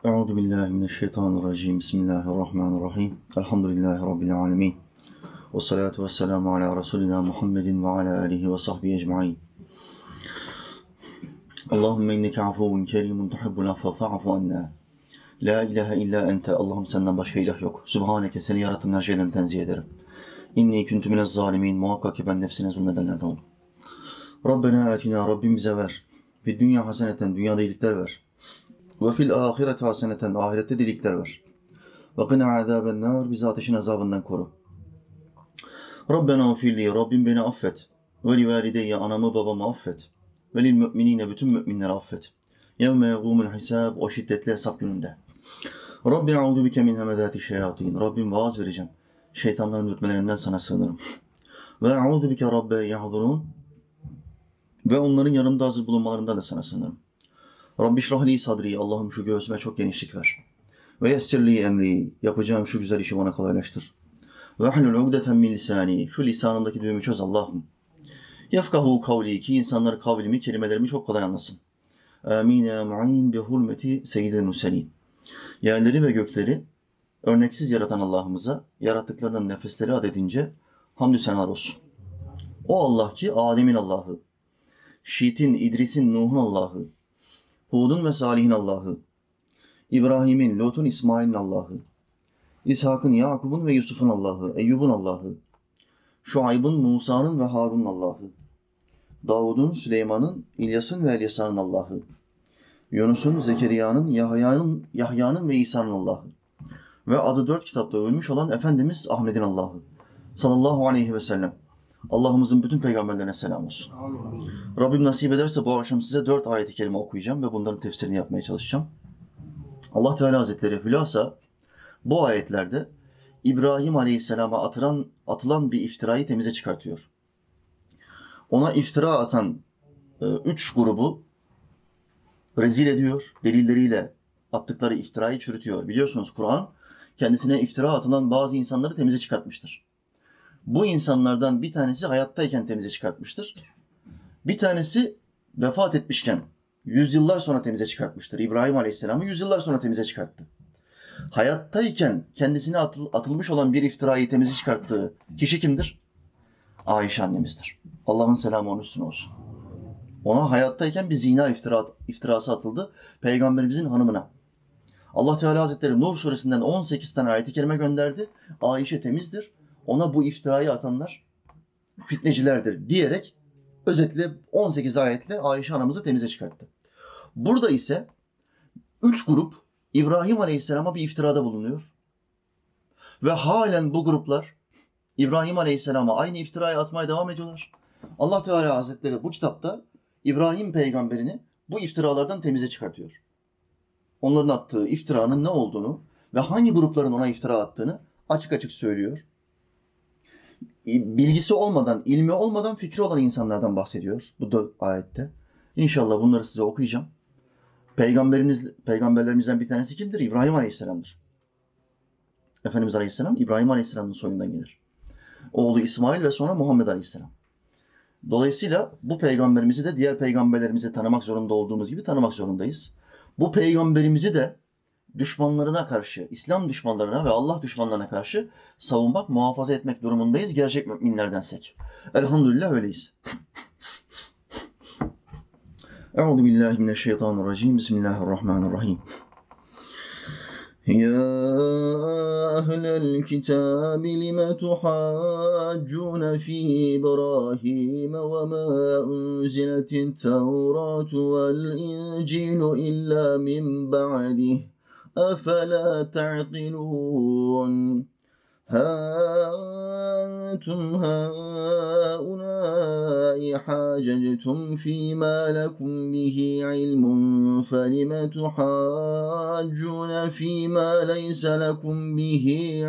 Euzu billahi mineşşeytanirracim. Bismillahirrahmanirrahim. Elhamdülillahi rabbil alamin. Ves salatu vesselamu ala Resulina Muhammedin ve ala alihi ve sahbihi ecmaîn. Allahumme inneke afuvun kerimun tuhibbul affe fa'fu anna. La ilahe illa ente. Allah'ım senden başka ilah yok. Sübhaneke, seni yarattığın her şeyden tenzih ederim. İnni kuntu minez zalimin. Muhakkak ki ben nefsine zulmedenlerden oldum. Rabbena atina, Rabbim bize ver. Fid dünya haseneten, dünyada iyilikler ver. Ve fil ahireti haseneten, ahirette iyilikler ver. Ve qina azaben nar, bizi ateşin azabından koru. Rabbena ufirli, Rabbim beni affet. Ve li valideyye, anamı babamı affet. Ve lil müminine, bütün müminleri affet. Yevme yegûmul hisab, o şiddetli hesap gününde. Rabbi eûzu bike min hemedâti şeyatîn, Rabbim vaaz vereceğim. Şeytanların dürtmelerinden sana sığınırım. Ve eûzu bike rabbe yahdurun, ve onların yanımda hazır bulunmalarından da sana sığınırım. Rabbi şrahli sadri, Allah'ım şu göğsüme çok genişlik ver. Ve yessirli emri, yapacağım şu güzel işi bana kolaylaştır. Ve ahlul ugdeten min lisani, şu lisanımdaki düğümü çöz Allah'ım. Yefkahu kavli, ki insanlar kavlimi, kelimelerimi çok kolay anlasın. Amin ya mu'in bi hurmeti seyyidil murselin. Yerleri ve gökleri örneksiz yaratan Allah'ımıza, yarattıklarından nefesleri adedince hamdü senalar olsun. O Allah ki Adem'in Allah'ı, Şit'in, İdris'in, Nuh'un Allah'ı, Hud'un ve Salih'in Allah'ı, İbrahim'in, Lut'un, İsmail'in Allah'ı, İshak'ın, Yakub'un ve Yusuf'un Allah'ı, Eyyub'un Allah'ı, Şuayb'ın, Musa'nın ve Harun'un Allah'ı, Davud'un, Süleyman'ın, İlyas'ın ve Elyasa'nın Allah'ı, Yunus'un, Zekeriya'nın, Yahya'nın ve İsa'nın Allah'ı ve adı 4 kitapta ölmüş olan Efendimiz Ahmet'in Allah'ı sallallahu aleyhi ve sellem. Allah'ımızın bütün peygamberlerine selam olsun. Amin. Rabbim nasip ederse bu akşam size 4 ayet-i kerime okuyacağım ve bunların tefsirini yapmaya çalışacağım. Allah Teala Hazretleri hülasa bu ayetlerde İbrahim Aleyhisselam'a atılan bir iftirayı temize çıkartıyor. Ona iftira atan 3 grubu rezil ediyor, delilleriyle attıkları iftirayı çürütüyor. Biliyorsunuz Kur'an kendisine iftira atılan bazı insanları temize çıkartmıştır. Bu insanlardan bir tanesi hayattayken temize çıkartmıştır. Bir tanesi vefat etmişken, yüzyıllar sonra temize çıkartmıştır. İbrahim Aleyhisselam'ı yüzyıllar sonra temize çıkarttı. Hayattayken kendisine atılmış olan bir iftirayı temize çıkarttığı kişi kimdir? Ayşe annemizdir. Allah'ın selamı onun üstüne olsun. Ona hayattayken bir zina iftirası atıldı Peygamberimizin hanımına. Allah Teala Hazretleri Nur suresinden 18 tane ayet-i kerime gönderdi. Ayşe temizdir. Ona bu iftirayı atanlar fitnecilerdir diyerek özetle 18 ayetle Ayşe anamızı temize çıkarttı. Burada ise 3 grup İbrahim Aleyhisselam'a bir iftirada bulunuyor. Ve halen bu gruplar İbrahim Aleyhisselam'a aynı iftirayı atmaya devam ediyorlar. Allah Teala Hazretleri bu kitapta İbrahim peygamberini bu iftiralardan temize çıkartıyor. Onların attığı iftiranın ne olduğunu ve hangi grupların ona iftira attığını açık açık söylüyor. Bilgisi olmadan, ilmi olmadan fikri olan insanlardan bahsediyor bu 4 ayette. İnşallah bunları size okuyacağım. Peygamberlerimizden bir tanesi kimdir? İbrahim Aleyhisselam'dır. Efendimiz Aleyhisselam İbrahim Aleyhisselam'ın soyundan gelir. Oğlu İsmail ve sonra Muhammed Aleyhisselam. Dolayısıyla bu peygamberimizi de diğer peygamberlerimizi tanımak zorunda olduğumuz gibi tanımak zorundayız. Bu peygamberimizi de düşmanlarına karşı, İslam düşmanlarına ve Allah düşmanlarına karşı savunmak, muhafaza etmek durumundayız gerçek müminlerdensek. Elhamdülillah öyleyiz. Euzu billahi mineşşeytanirracim. Bismillahirrahmanirrahim. Ya ehlel kitabi lime tuhaccune fi İbrahim ve ma unziletit Tevratu vel İncilu illa min ba'dih. أفلا تعقلون ها أنتم هؤلاء حاججتم فيما لكم به علم فلم تحاجون فيما ليس لكم به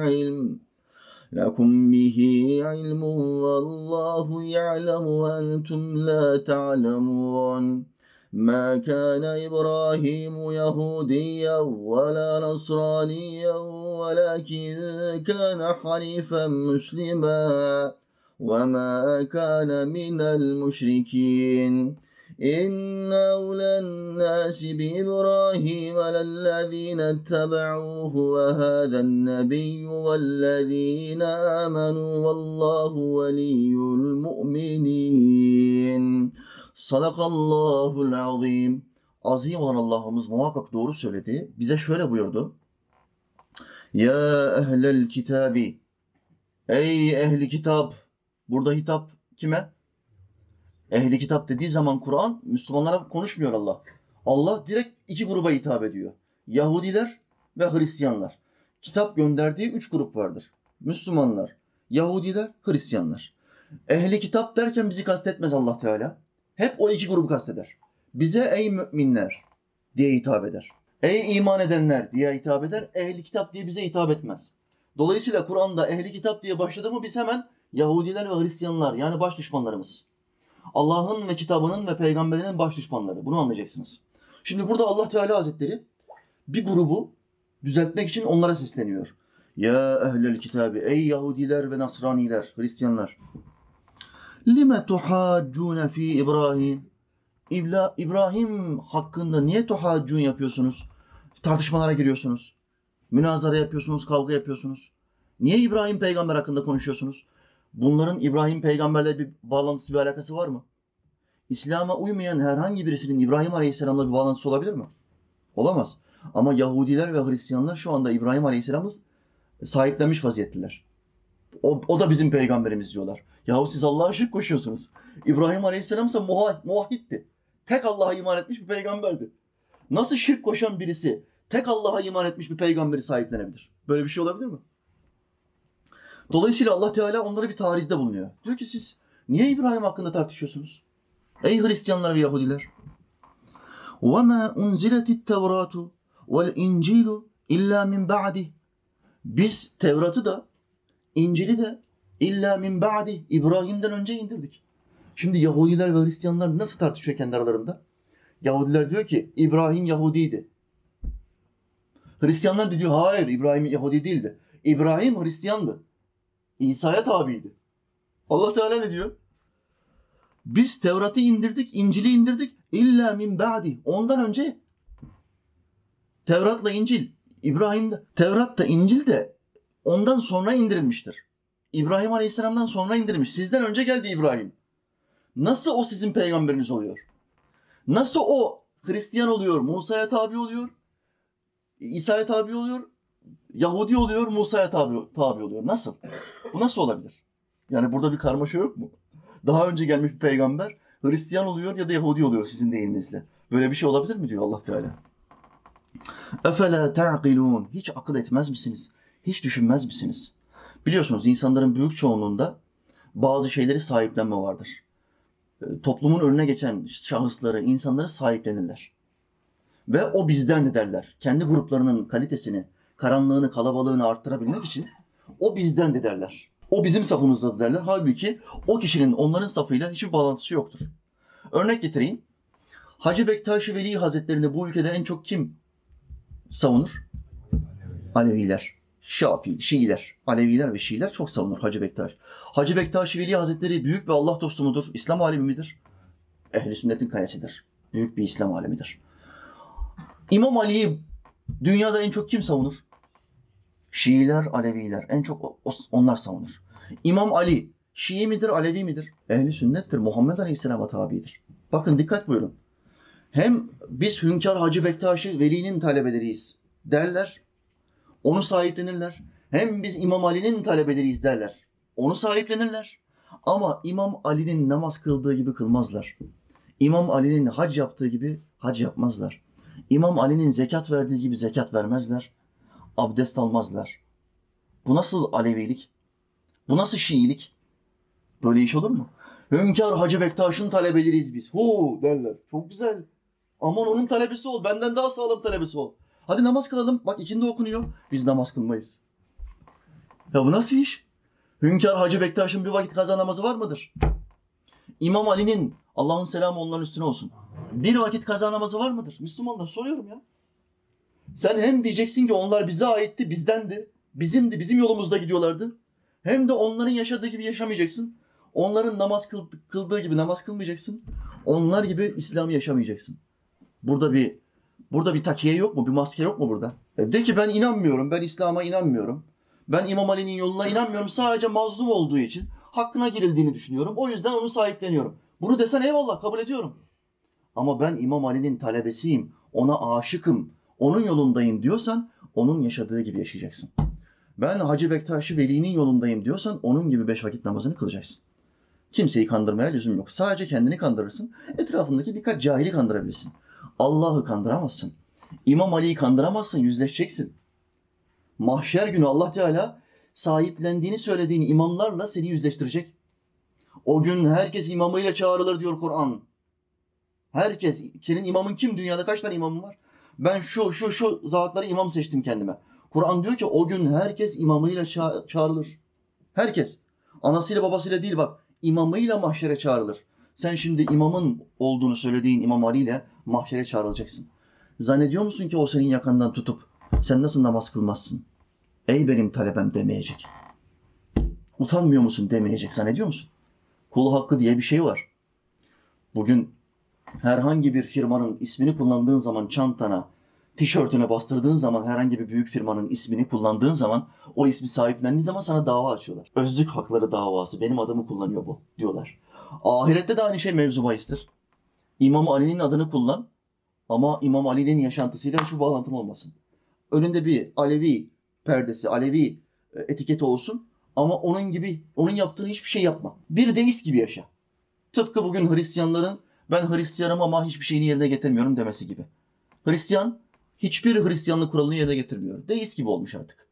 علم والله يعلم وأنتم لا تعلمون ما كان إبراهيم يهوديا ولا نصرانيا ولكن كان حنيفا مسلما وما كان من المشركين إن أولى الناس بإبراهيم للذين اتبعوه وهذا النبي والذين آمنوا والله ولي المؤمنين. Sadakallahul azim. Azim olan Allah'ımız muhakkak doğru söyledi. Bize şöyle buyurdu. Ya ehlel kitabi. Ey ehli kitap. Burada hitap kime? Ehli kitap dediği zaman Kur'an Müslümanlara konuşmuyor Allah. Allah direkt iki gruba hitap ediyor. Yahudiler ve Hristiyanlar. Kitap gönderdiği 3 grup vardır. Müslümanlar, Yahudiler, Hristiyanlar. Ehli kitap derken bizi kastetmez Allah Teala. Hep o iki grubu kasteder. Bize ey müminler diye hitap eder. Ey iman edenler diye hitap eder. Ehli kitap diye bize hitap etmez. Dolayısıyla Kur'an'da ehli kitap diye başladı mı biz hemen Yahudiler ve Hristiyanlar yani baş düşmanlarımız. Allah'ın ve kitabının ve peygamberinin baş düşmanları. Bunu anlayacaksınız. Şimdi burada Allah Teala Hazretleri bir grubu düzeltmek için onlara sesleniyor. Ya ehlel kitabi, ey Yahudiler ve Nasraniler, Hristiyanlar. Lime tuhaccune fi İbrahim? İbrahim hakkında niye tuhaccun yapıyorsunuz? Tartışmalara giriyorsunuz. Münazara yapıyorsunuz, kavga yapıyorsunuz. Niye İbrahim peygamber hakkında konuşuyorsunuz? Bunların İbrahim peygamberle bir bağlantısı, bir alakası var mı? İslam'a uymayan herhangi birisinin İbrahim Aleyhisselam'la bir bağlantısı olabilir mi? Olamaz. Ama Yahudiler ve Hristiyanlar şu anda İbrahim Aleyhisselam'ı sahiplenmiş vaziyetteler. O da bizim peygamberimiz diyorlar. Yahu siz Allah'a şirk koşuyorsunuz. İbrahim Aleyhisselam ise muvahhitti. Tek Allah'a iman etmiş bir peygamberdi. Nasıl şirk koşan birisi tek Allah'a iman etmiş bir peygamberi sahiplenebilir? Böyle bir şey olabilir mi? Dolayısıyla Allah Teala onlara bir tarizde bulunuyor. Diyor ki siz niye İbrahim hakkında tartışıyorsunuz? Ey Hristiyanlar ve Yahudiler. وَمَا اُنْزِلَتِ التَّوْرَاتُ وَالْاِنْجِيلُ اِلَّا مِنْ بَعْدِهِ. Biz Tevrat'ı da İncil'i de illa min ba'di İbrahim'den önce indirdik. Şimdi Yahudiler ve Hristiyanlar nasıl tartışıyor kendi aralarında? Yahudiler diyor ki İbrahim Yahudiydi. Hristiyanlar diyor hayır İbrahim Yahudi değildi. İbrahim Hristiyandı. İsa'ya tabiydi. Allah Teala ne diyor? Biz Tevrat'ı indirdik, İncil'i indirdik. İlla min ba'di. Ondan önce Tevrat'la İncil, İbrahim'de. Tevrat da İncil de ondan sonra indirilmiştir. İbrahim Aleyhisselam'dan sonra indirilmiş. Sizden önce geldi İbrahim. Nasıl o sizin peygamberiniz oluyor? Nasıl o Hristiyan oluyor, Musa'ya tabi oluyor, İsa'ya tabi oluyor, Yahudi oluyor, Musa'ya tabi oluyor? Nasıl? Bu nasıl olabilir? Yani burada bir karmaşa yok mu? Daha önce gelmiş bir peygamber Hristiyan oluyor ya da Yahudi oluyor sizin deyiminizle. Böyle bir şey olabilir mi diyor Allah Teala. Efela ta'qilun. Hiç akıl etmez misiniz? Hiç düşünmez misiniz? Biliyorsunuz insanların büyük çoğunluğunda bazı şeyleri sahiplenme vardır. Toplumun önüne geçen şahısları, insanları sahiplenirler. Ve o bizden de derler. Kendi gruplarının kalitesini, karanlığını, kalabalığını arttırabilmek için o bizden de derler. O bizim safımızda derler. Halbuki o kişinin onların safıyla hiçbir bağlantısı yoktur. Örnek getireyim. Hacı Bektaş-ı Veli Hazretleri'ni bu ülkede en çok kim savunur? Aleviler, Şiiler, Aleviler ve Şiiler çok savunur Hacı Bektaş. Hacı Bektaş-ı Veli Hazretleri büyük bir Allah dostu mudur? İslam alimi midir? Ehl-i sünnetin kayasıdır. Büyük bir İslam alemidir. İmam Ali'yi dünyada en çok kim savunur? Şiiler, Aleviler. En çok onlar savunur. İmam Ali Şii midir, Alevi midir? Ehl-i sünnettir. Muhammed Aleyhisselam'a tabidir. Bakın dikkat buyurun. Hem biz Hünkâr Hacı Bektaş-ı Veli'nin talebeleriyiz derler. Onu sahiplenirler. Hem biz İmam Ali'nin talebeleriyiz derler. Onu sahiplenirler. Ama İmam Ali'nin namaz kıldığı gibi kılmazlar. İmam Ali'nin hac yaptığı gibi hac yapmazlar. İmam Ali'nin zekat verdiği gibi zekat vermezler. Abdest almazlar. Bu nasıl Alevilik? Bu nasıl Şiilik? Böyle iş olur mu? Hünkâr Hacı Bektaş'ın talebeleriyiz biz. Hu derler. Çok güzel. Aman onun talebesi ol. Benden daha sağlam talebesi ol. Hadi namaz kılalım. Bak ikindi okunuyor. Biz namaz kılmayız. Ya bu nasıl iş? Hünkâr Hacı Bektaş'ın bir vakit kaza namazı var mıdır? İmam Ali'nin Allah'ın selamı onların üstüne olsun. Bir vakit kaza namazı var mıdır? Müslümanlar soruyorum ya. Sen hem diyeceksin ki onlar bize aitti, bizdendi. Bizimdi, bizim yolumuzda gidiyorlardı. Hem de onların yaşadığı gibi yaşamayacaksın. Onların namaz kıldığı gibi namaz kılmayacaksın. Onlar gibi İslam'ı yaşamayacaksın. Burada bir takiye yok mu? Bir maske yok mu burada? De ki ben inanmıyorum. Ben İslam'a inanmıyorum. Ben İmam Ali'nin yoluna inanmıyorum. Sadece mazlum olduğu için hakkına girildiğini düşünüyorum. O yüzden onu sahipleniyorum. Bunu desen eyvallah kabul ediyorum. Ama ben İmam Ali'nin talebesiyim. Ona aşıkım. Onun yolundayım diyorsan onun yaşadığı gibi yaşayacaksın. Ben Hacı Bektaş Veli'nin yolundayım diyorsan onun gibi 5 vakit namazını kılacaksın. Kimseyi kandırmaya lüzum yok. Sadece kendini kandırırsın. Etrafındaki birkaç cahili kandırabilirsin. Allah'ı kandıramazsın. İmam Ali'yi kandıramazsın. Yüzleşeceksin. Mahşer günü Allah Teala sahiplendiğini söylediğin imamlarla seni yüzleştirecek. O gün herkes imamıyla çağrılır diyor Kur'an. Herkes. Senin imamın kim? Dünyada kaç tane imamın var? Ben şu zatları imam seçtim kendime. Kur'an diyor ki o gün herkes imamıyla çağrılır. Herkes. Anasıyla babasıyla değil bak. İmamıyla mahşere çağrılır. Sen şimdi imamın olduğunu söylediğin İmam Ali ile mahşere çağrılacaksın. Zannediyor musun ki o senin yakandan tutup sen nasıl namaz kılmazsın? Ey benim talebem demeyecek. Utanmıyor musun demeyecek. Zannediyor musun? Kul hakkı diye bir şey var. Bugün herhangi bir firmanın ismini kullandığın zaman çantana, tişörtüne bastırdığın zaman herhangi bir büyük firmanın ismini kullandığın zaman o ismi sahiplendiğin zaman sana dava açıyorlar. Özlük hakları davası benim adımı kullanıyor bu diyorlar. Ahirette de aynı şey mevzu bahistir. İmam Ali'nin adını kullan ama İmam Ali'nin yaşantısıyla hiçbir bağlantım olmasın. Önünde bir Alevi perdesi, Alevi etiketi olsun ama onun yaptığını hiçbir şey yapma. Bir deist gibi yaşa. Tıpkı bugün Hristiyanların ben Hristiyanım ama hiçbir şeyini yerine getirmiyorum demesi gibi. Hristiyan hiçbir Hristiyanlık kuralını yerine getirmiyor. Deist gibi olmuş artık.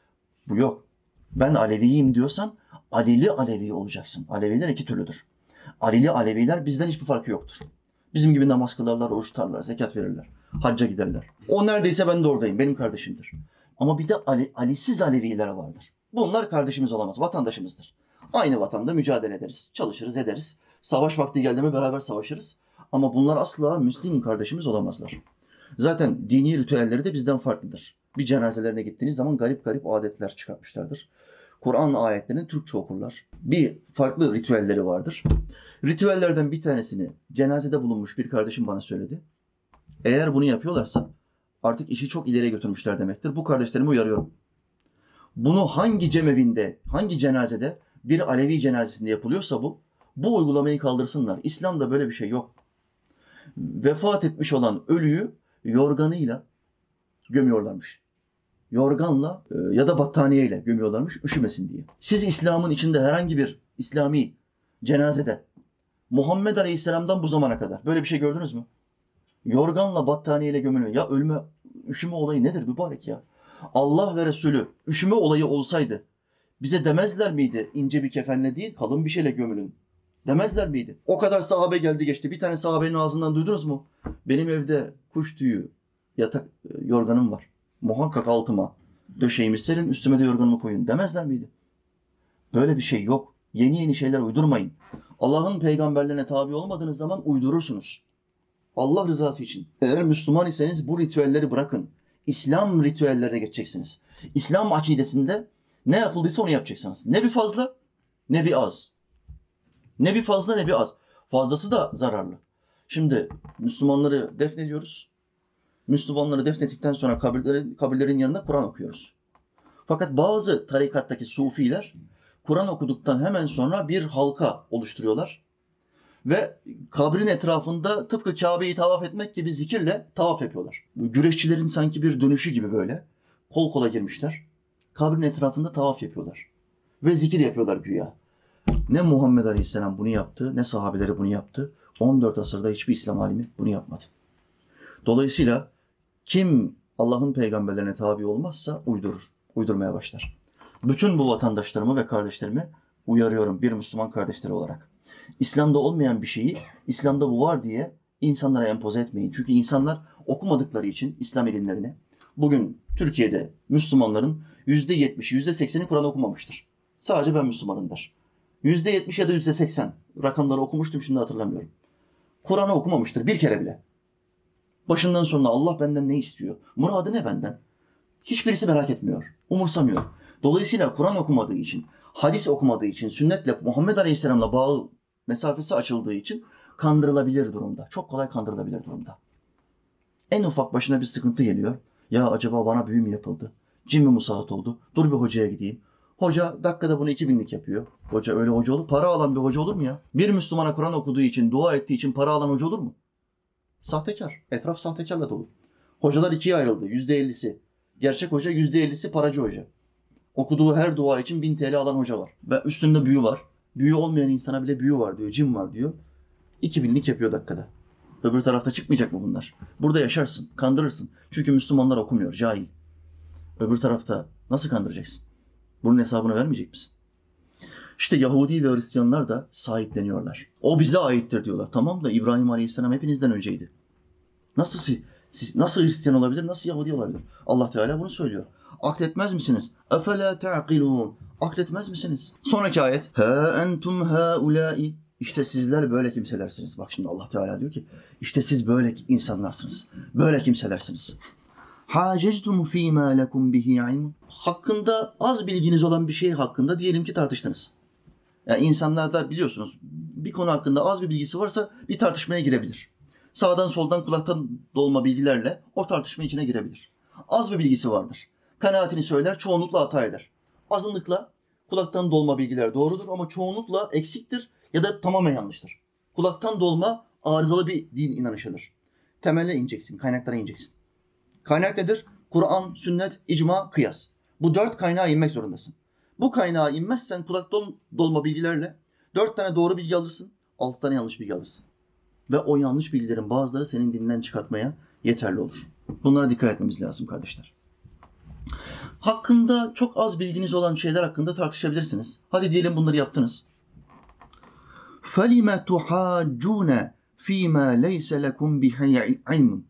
Bu yok. Ben Aleviyim diyorsan Alili Alevi olacaksın. Aleviler iki türlüdür. Alili Aleviler bizden hiçbir farkı yoktur. Bizim gibi namaz kılarlar, oruç tutarlar, zekat verirler, hacca giderler. O neredeyse ben de oradayım, benim kardeşimdir. Ama bir de Ali'siz Aleviler vardır. Bunlar kardeşimiz olamaz, vatandaşımızdır. Aynı vatanda mücadele ederiz, çalışırız, ederiz. Savaş vakti geldi mi beraber savaşırız. Ama bunlar asla Müslüman kardeşimiz olamazlar. Zaten dini ritüelleri de bizden farklıdır. Bir cenazelerine gittiğiniz zaman garip garip adetler çıkartmışlardır. Kur'an ayetlerini Türkçe okurlar. Bir farklı ritüelleri vardır. Ritüellerden bir tanesini cenazede bulunmuş bir kardeşim bana söyledi. Eğer bunu yapıyorlarsa artık işi çok ileriye götürmüşler demektir. Bu kardeşlerimi uyarıyorum. Bunu hangi cemevinde, hangi cenazede bir Alevi cenazesinde yapılıyorsa bu uygulamayı kaldırsınlar. İslam'da böyle bir şey yok. Vefat etmiş olan ölüyü yorganıyla gömüyorlarmış. Yorganla ya da battaniyeyle gömüyorlarmış üşümesin diye. Siz İslam'ın içinde herhangi bir İslami cenazede Muhammed Aleyhisselam'dan bu zamana kadar böyle bir şey gördünüz mü? Yorganla battaniyeyle gömülüyor. Ya üşüme olayı nedir mübarek ya? Allah ve Resulü üşüme olayı olsaydı bize demezler miydi ince bir kefenle değil kalın bir şeyle gömülün? Demezler miydi? O kadar sahabe geldi geçti. Bir tane sahabenin ağzından duydunuz mu? Benim evde kuş tüyü yatak yorganım var. Muhakkak altıma döşeğimi serin üstüme de yorganımı koyun demezler miydi? Böyle bir şey yok. Yeni şeyler uydurmayın. Allah'ın peygamberlerine tabi olmadığınız zaman uydurursunuz. Allah rızası için. Eğer Müslüman iseniz bu ritüelleri bırakın. İslam ritüellerine geçeceksiniz. İslam akidesinde ne yapıldıysa onu yapacaksınız. Ne bir fazla ne bir az. Ne bir fazla ne bir az. Fazlası da zararlı. Şimdi Müslümanları defnediyoruz. Müslümanları defnettikten sonra kabirlerin yanında Kur'an okuyoruz. Fakat bazı tarikattaki sufiler Kur'an okuduktan hemen sonra bir halka oluşturuyorlar. Ve kabrin etrafında tıpkı Kabe'yi tavaf etmek gibi zikirle tavaf yapıyorlar. Güreşçilerin sanki bir dönüşü gibi böyle kol kola girmişler. Kabrin etrafında tavaf yapıyorlar. Ve zikir yapıyorlar güya. Ne Muhammed Aleyhisselam bunu yaptı, ne sahabeleri bunu yaptı. 14 asırda hiçbir İslam alimi bunu yapmadı. Dolayısıyla kim Allah'ın peygamberlerine tabi olmazsa uydurmaya başlar. Bütün bu vatandaşlarımı ve kardeşlerimi uyarıyorum bir Müslüman kardeşleri olarak. İslam'da olmayan bir şeyi İslam'da bu var diye insanlara empoze etmeyin. Çünkü insanlar okumadıkları için İslam ilimlerini bugün Türkiye'de Müslümanların %70'i, %80'i Kur'an okumamıştır. Sadece ben Müslümanım der. %70 ya da %80 rakamları okumuştum şimdi hatırlamıyorum. Kur'an'ı okumamıştır bir kere bile. Başından sonuna Allah benden ne istiyor? Muradı ne benden? Hiçbirisi merak etmiyor, umursamıyor. Dolayısıyla Kur'an okumadığı için, hadis okumadığı için, sünnetle Muhammed Aleyhisselam'la bağlı mesafesi açıldığı için kandırılabilir durumda. Çok kolay kandırılabilir durumda. En ufak başına bir sıkıntı geliyor. Ya acaba bana büyü mü yapıldı? Cin mi musallat oldu? Dur bir hocaya gideyim. Hoca dakikada bunu 2000'lik yapıyor. Hoca öyle hoca olur. Para alan bir hoca olur mu ya? Bir Müslümana Kur'an okuduğu için, dua ettiği için para alan hoca olur mu? Sahtekar. Etraf sahtekarla dolu. Hocalar ikiye ayrıldı. %50'si gerçek hoca, %50'si paracı hoca. Okuduğu her dua için 1000 TL alan hoca var. Ve üstünde büyü var. Büyü olmayan insana bile büyü var diyor, cin var diyor. 2000'lik yapıyor dakikada. Öbür tarafta çıkmayacak mı bunlar? Burada yaşarsın, kandırırsın. Çünkü Müslümanlar okumuyor, cahil. Öbür tarafta nasıl kandıracaksın? Bunun hesabını vermeyecek misin? İşte Yahudi ve Hristiyanlar da sahipleniyorlar. O bize aittir diyorlar. Tamam da İbrahim Aleyhisselam hepinizden önceydi. Nasıl siz nasıl Hristiyan olabilir, nasıl Yahudi olabilir? Allah Teala bunu söylüyor. Akletmez misiniz? Efela ta'qilun. Akletmez misiniz? Sonraki ayet. Ha entum haulai. İşte sizler böyle kimselersiniz. Bak şimdi Allah Teala diyor ki işte siz böyle insanlarsınız. Böyle kimselersiniz. Hacectum fîmâ lekum bihi ilmun. Hakkında az bilginiz olan bir şey hakkında diyelim ki tartıştınız. Yani insanlarda biliyorsunuz bir konu hakkında az bir bilgisi varsa bir tartışmaya girebilir. Sağdan soldan kulaktan dolma bilgilerle o tartışma içine girebilir. Az bir bilgisi vardır. Kanaatini söyler, çoğunlukla hata eder. Azınlıkla kulaktan dolma bilgiler doğrudur ama çoğunlukla eksiktir ya da tamamen yanlıştır. Kulaktan dolma arızalı bir din inanışıdır. Temelle ineceksin, kaynaklara ineceksin. Kaynak nedir? Kur'an, sünnet, icma, kıyas. Bu 4 kaynağa inmek zorundasın. Bu kaynağa inmezsen kulaktan dolma bilgilerle 4 tane doğru bilgi alırsın, 6 tane yanlış bilgi alırsın. Ve o yanlış bilgilerin bazıları senin dininden çıkartmaya yeterli olur. Bunlara dikkat etmemiz lazım kardeşler. Hakkında çok az bilginiz olan şeyler hakkında tartışabilirsiniz. Hadi diyelim bunları yaptınız. فَلِمَ تُحَاجُّونَ ف۪ي مَا لَيْسَ لَكُمْ بِهِ عِلْمٌ.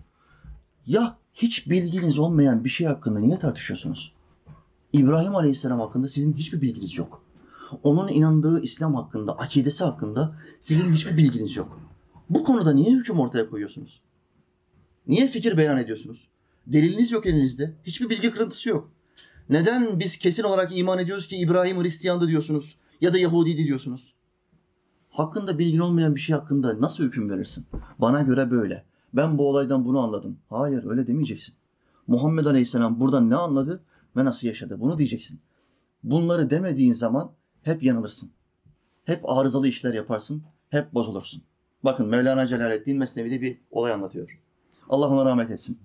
Ya hiç bilginiz olmayan bir şey hakkında niye tartışıyorsunuz? İbrahim Aleyhisselam hakkında sizin hiçbir bilginiz yok. Onun inandığı İslam hakkında, akidesi hakkında sizin hiçbir bilginiz yok. Bu konuda niye hüküm ortaya koyuyorsunuz? Niye fikir beyan ediyorsunuz? Deliliniz yok elinizde. Hiçbir bilgi kırıntısı yok. Neden biz kesin olarak iman ediyoruz ki İbrahim Hristiyandı diyorsunuz ya da Yahudiydi diyorsunuz? Hakkında bilgin olmayan bir şey hakkında nasıl hüküm verirsin? Bana göre böyle. Ben bu olaydan bunu anladım. Hayır, öyle demeyeceksin. Muhammed Aleyhisselam buradan ne anladı ve nasıl yaşadı? Bunu diyeceksin. Bunları demediğin zaman hep yanılırsın. Hep arızalı işler yaparsın. Hep bozulursun. Bakın Mevlana Celaleddin Mesnevi'de bir olay anlatıyor. Allah ona rahmet etsin.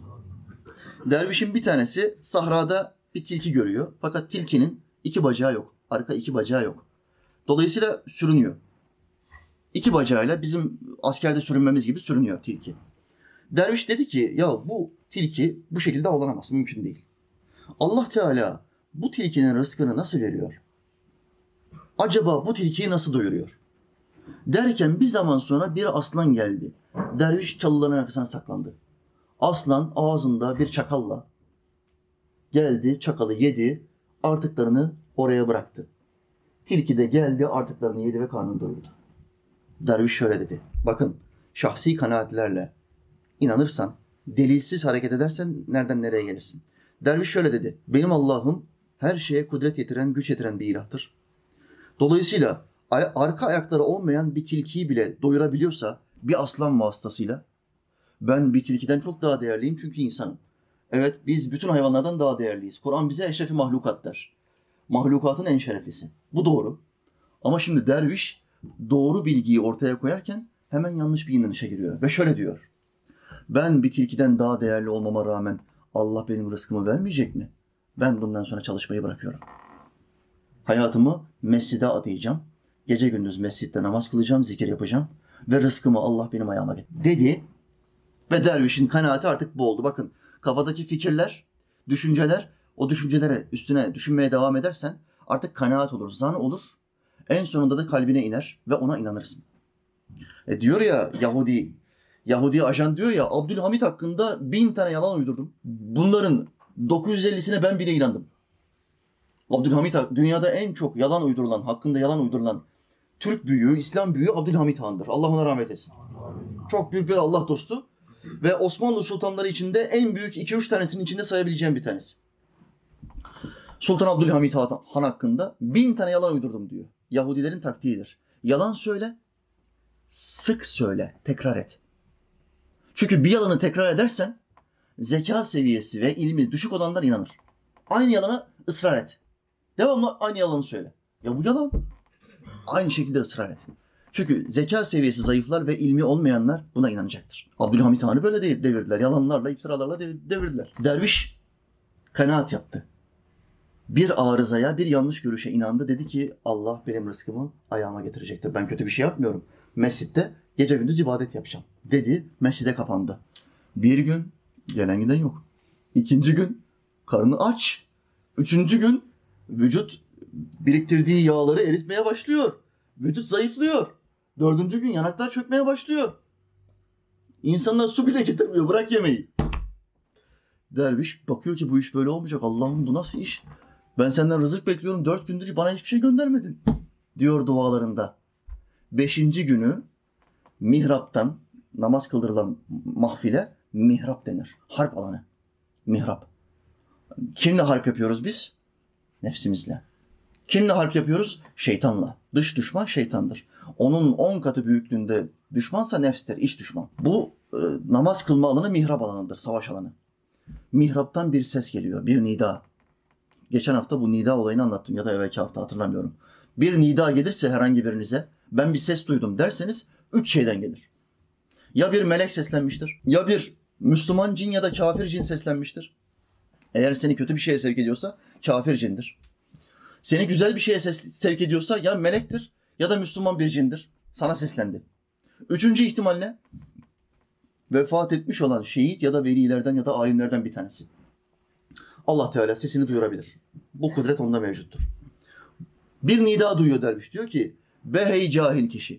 Dervişin bir tanesi sahrada bir tilki görüyor. Fakat tilkinin 2 bacağı yok. Arka 2 bacağı yok. Dolayısıyla sürünüyor. 2 bacağıyla bizim askerde sürünmemiz gibi sürünüyor tilki. Derviş dedi ki ya bu tilki bu şekilde avlanamaz. Mümkün değil. Allah Teala bu tilkinin rızkını nasıl veriyor? Acaba bu tilkiyi nasıl doyuruyor? Derken bir zaman sonra bir aslan geldi. Derviş çalıların arkasına saklandı. Aslan ağzında bir çakalla geldi, çakalı yedi, artıklarını oraya bıraktı. Tilki de geldi, artıklarını yedi ve karnını doyurdu. Derviş şöyle dedi. Bakın, şahsi kanaatlerle inanırsan, delilsiz hareket edersen nereden nereye gelirsin? Derviş şöyle dedi. Benim Allah'ım her şeye kudret yetiren, güç yetiren bir ilahtır. Dolayısıyla arka ayakları olmayan bir tilkiyi bile doyurabiliyorsa bir aslan vasıtasıyla ben bir tilkiden çok daha değerliyim çünkü insanım. Evet biz bütün hayvanlardan daha değerliyiz. Kur'an bize eşrefi mahlukat der. Mahlukatın en şereflisi. Bu doğru. Ama şimdi derviş doğru bilgiyi ortaya koyarken hemen yanlış bir inanışa giriyor. Ve şöyle diyor. Ben bir tilkiden daha değerli olmama rağmen Allah benim rızkımı vermeyecek mi? Ben bundan sonra çalışmayı bırakıyorum. Hayatımı mescide adayacağım. Gece gündüz mescitte namaz kılacağım, zikir yapacağım. Ve rızkımı Allah benim ayağıma getir. Dedi. Ve dervişin kanaati artık bu oldu. Bakın kafadaki fikirler, düşünceler, o düşüncelere üstüne düşünmeye devam edersen artık kanaat olur, zan olur. En sonunda da kalbine iner ve ona inanırsın. Diyor ya Yahudi ajan diyor ya Abdülhamit hakkında 1000 tane yalan uydurdum. Bunların 950'sine ben bile inandım. Abdülhamit dünyada en çok yalan uydurulan, hakkında yalan uydurulan Türk büyüğü, İslam büyüğü Abdülhamit Han'dır. Allah ona rahmet etsin. Çok büyük bir Allah dostu ve Osmanlı sultanları içinde en büyük 2-3 tanesinin içinde sayabileceğim bir tanesi. Sultan Abdülhamit Han hakkında 1000 tane yalan uydurdum diyor. Yahudilerin taktiğidir. Yalan söyle, Sık söyle, tekrar et. Çünkü bir yalanı tekrar edersen zeka seviyesi ve ilmi düşük olanlar inanır. Aynı yalana ısrar et. Devamlı aynı yalanı söyle. Ya bu yalan. Aynı şekilde ısrar et. Çünkü zeka seviyesi zayıflar ve ilmi olmayanlar buna inanacaktır. Abdülhamit Han'ı böyle devirdiler. Yalanlarla, iftiralarla devirdiler. Derviş kanaat yaptı. Bir arızaya, bir yanlış görüşe inandı. Dedi ki Allah benim rızkımı ayağıma getirecektir. Ben kötü bir şey yapmıyorum. Mescitte gece gündüz ibadet yapacağım. Dedi, mescide kapandı. Bir gün gelen giden yok. İkinci gün karnı aç. Üçüncü gün vücut biriktirdiği yağları eritmeye başlıyor. Vücut zayıflıyor. Dördüncü gün yanaklar çökmeye başlıyor. İnsanlar su bile getirmiyor, bırak yemeği. Derviş bakıyor ki bu iş böyle olmayacak. Allah'ım bu nasıl iş? Ben senden rızık bekliyorum. 4 gündür bana hiçbir şey göndermedin. Diyor dualarında. 5. günü mihraptan, namaz kıldırılan mahfile mihrap denir. Harp alanı. Mihrap. Kimle harp yapıyoruz biz? Nefsimizle. Kimle harp yapıyoruz? Şeytanla. Dış düşman şeytandır. Onun 10 katı büyüklüğünde düşmansa nefstir, iç düşman. Bu namaz kılma alanı mihrap alanıdır, savaş alanı. Mihraptan bir ses geliyor, bir nida. Geçen hafta bu nida olayını anlattım ya da evvelki hafta hatırlamıyorum. Bir nida gelirse herhangi birinize, ben bir ses duydum derseniz 3 şeyden gelir. Ya bir melek seslenmiştir, ya bir Müslüman cin ya da kafir cin seslenmiştir. Eğer seni kötü bir şeye sevk ediyorsa kafir cindir. Seni güzel bir şeye sevk ediyorsa ya melektir ya da Müslüman bir cindir. Sana seslendi. 3. ihtimal ne? Vefat etmiş olan şehit ya da velilerden ya da alimlerden bir tanesi. Allah Teala sesini duyurabilir. Bu kudret onda mevcuttur. Bir nida duyuyor derviş. Diyor ki, be hey cahil kişi.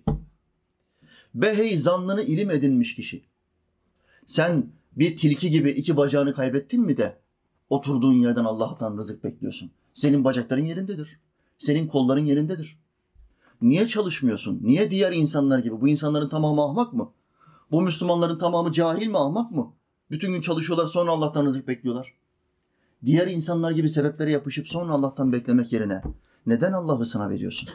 Be hey zannını ilim edinmiş kişi. Sen bir tilki gibi 2 bacağını kaybettin mi de oturduğun yerden Allah'tan rızık bekliyorsun. Senin bacakların yerindedir. Senin kolların yerindedir. Niye çalışmıyorsun? Niye diğer insanlar gibi? Bu insanların tamamı ahmak mı? Bu Müslümanların tamamı cahil mi, ahmak mı? Bütün gün çalışıyorlar, sonra Allah'tan rızık bekliyorlar. Diğer insanlar gibi sebeplere yapışıp sonra Allah'tan beklemek yerine neden Allah'ı sınav ediyorsun?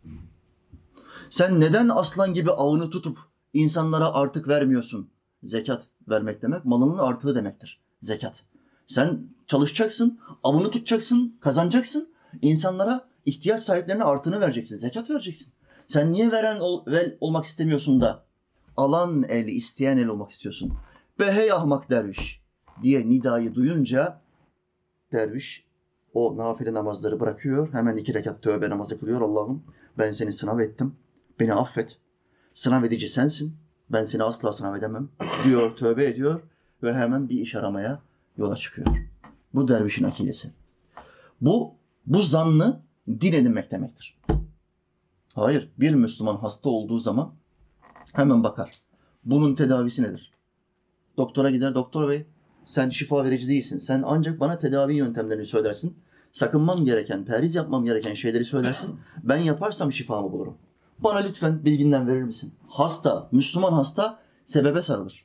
Sen neden aslan gibi ağını tutup insanlara artık vermiyorsun? Zekat vermek demek malının artığı demektir. Zekat. Sen çalışacaksın, avını tutacaksın, kazanacaksın. İnsanlara, ihtiyaç sahiplerine artığını vereceksin, zekat vereceksin. Sen niye veren olmak istemiyorsun da alan el, isteyen el olmak istiyorsun? Be hey ahmak derviş diye nidayı duyunca derviş o nafile namazları bırakıyor. Hemen 2 rekat tövbe namazı kılıyor. Allah'ım ben seni sınav ettim. Beni affet. Sınav edici sensin. Ben seni asla sınav edemem diyor, tövbe ediyor ve hemen bir iş aramaya yola çıkıyor. Bu dervişin akidesi. Bu zannı din edinmek demektir. Hayır, bir Müslüman hasta olduğu zaman hemen bakar. Bunun tedavisi nedir? Doktora gider, doktor bey sen şifa verici değilsin. Sen ancak bana tedavi yöntemlerini söylersin. Sakınmam gereken, perhiz yapmam gereken şeyleri söylersin. Ben yaparsam şifamı bulurum. Bana lütfen bilginden verir misin? Hasta, Müslüman hasta sebebe sarılır.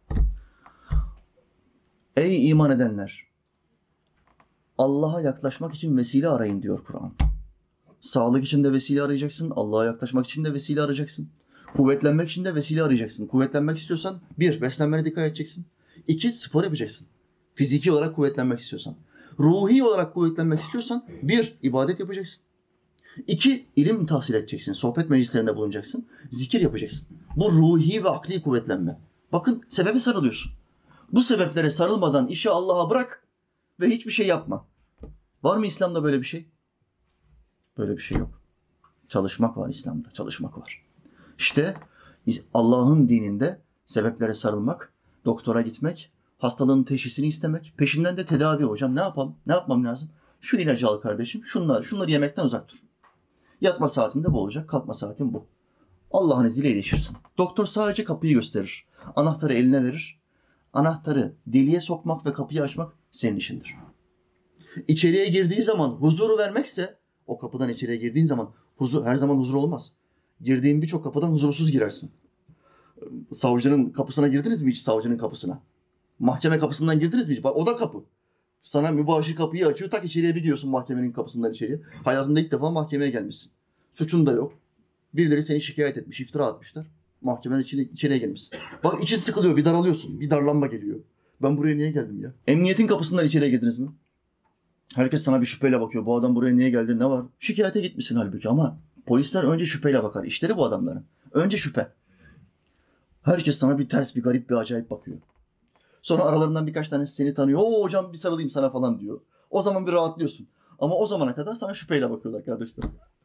Ey iman edenler! Allah'a yaklaşmak için vesile arayın diyor Kur'an. Sağlık için de vesile arayacaksın. Allah'a yaklaşmak için de vesile arayacaksın. Kuvvetlenmek için de vesile arayacaksın. Kuvvetlenmek istiyorsan 1. Beslenmene dikkat edeceksin. 2. Spor yapacaksın. Fiziki olarak kuvvetlenmek istiyorsan. Ruhi olarak kuvvetlenmek istiyorsan 1. ibadet yapacaksın. 2. ilim tahsil edeceksin. Sohbet meclislerinde bulunacaksın. Zikir yapacaksın. Bu ruhi ve akli kuvvetlenme. Bakın sebebe sarılıyorsun. Bu sebeplere sarılmadan işi Allah'a bırak ve hiçbir şey yapma. Var mı İslam'da böyle bir şey? Böyle bir şey yok. Çalışmak var İslam'da. Çalışmak var. İşte Allah'ın dininde sebeplere sarılmak, doktora gitmek, hastalığın teşhisini istemek, peşinden de tedavi. Hocam ne yapalım? Ne yapmam lazım? Şu ilacı al kardeşim, şunları yemekten uzak dur. Yatma saatinde bu olacak, kalkma saatin bu. Allah'ın izniyle iyileşirsin. Doktor sadece kapıyı gösterir. Anahtarı eline verir. Anahtarı deliğe sokmak ve kapıyı açmak senin işindir. İçeriye girdiği zaman huzuru vermekse, o kapıdan içeriye girdiğin zaman her zaman huzur olmaz. Girdiğin birçok kapıdan huzursuz girersin. Savcının kapısına girdiniz mi hiç, savcının kapısına? Mahkeme kapısından girdiniz mi hiç? Bak, o da kapı. Sana mübaşir kapıyı açıyor, tak içeriye bir gidiyorsun mahkemenin kapısından içeriye. Hayatında ilk defa mahkemeye gelmişsin. Suçun da yok. Birileri seni şikayet etmiş, iftira atmışlar. Mahkemenin içeriye girmişsin. Bak için sıkılıyor, bir daralıyorsun. Bir darlanma geliyor. Ben buraya niye geldim ya? Emniyetin kapısından içeriye girdiniz mi? Herkes sana bir şüpheyle bakıyor. Bu adam buraya niye geldi, ne var? Şikayete gitmişsin halbuki ama polisler önce şüpheyle bakar. İşleri bu adamların. Önce şüphe. Herkes sana bir ters, bir garip, bir acayip bakıyor. Sonra aralarından birkaç tanesi seni tanıyor. Oo hocam bir sarılayım sana falan diyor. O zaman bir rahatlıyorsun. Ama o zamana kadar sana şüpheyle bakıyorlar kardeşler.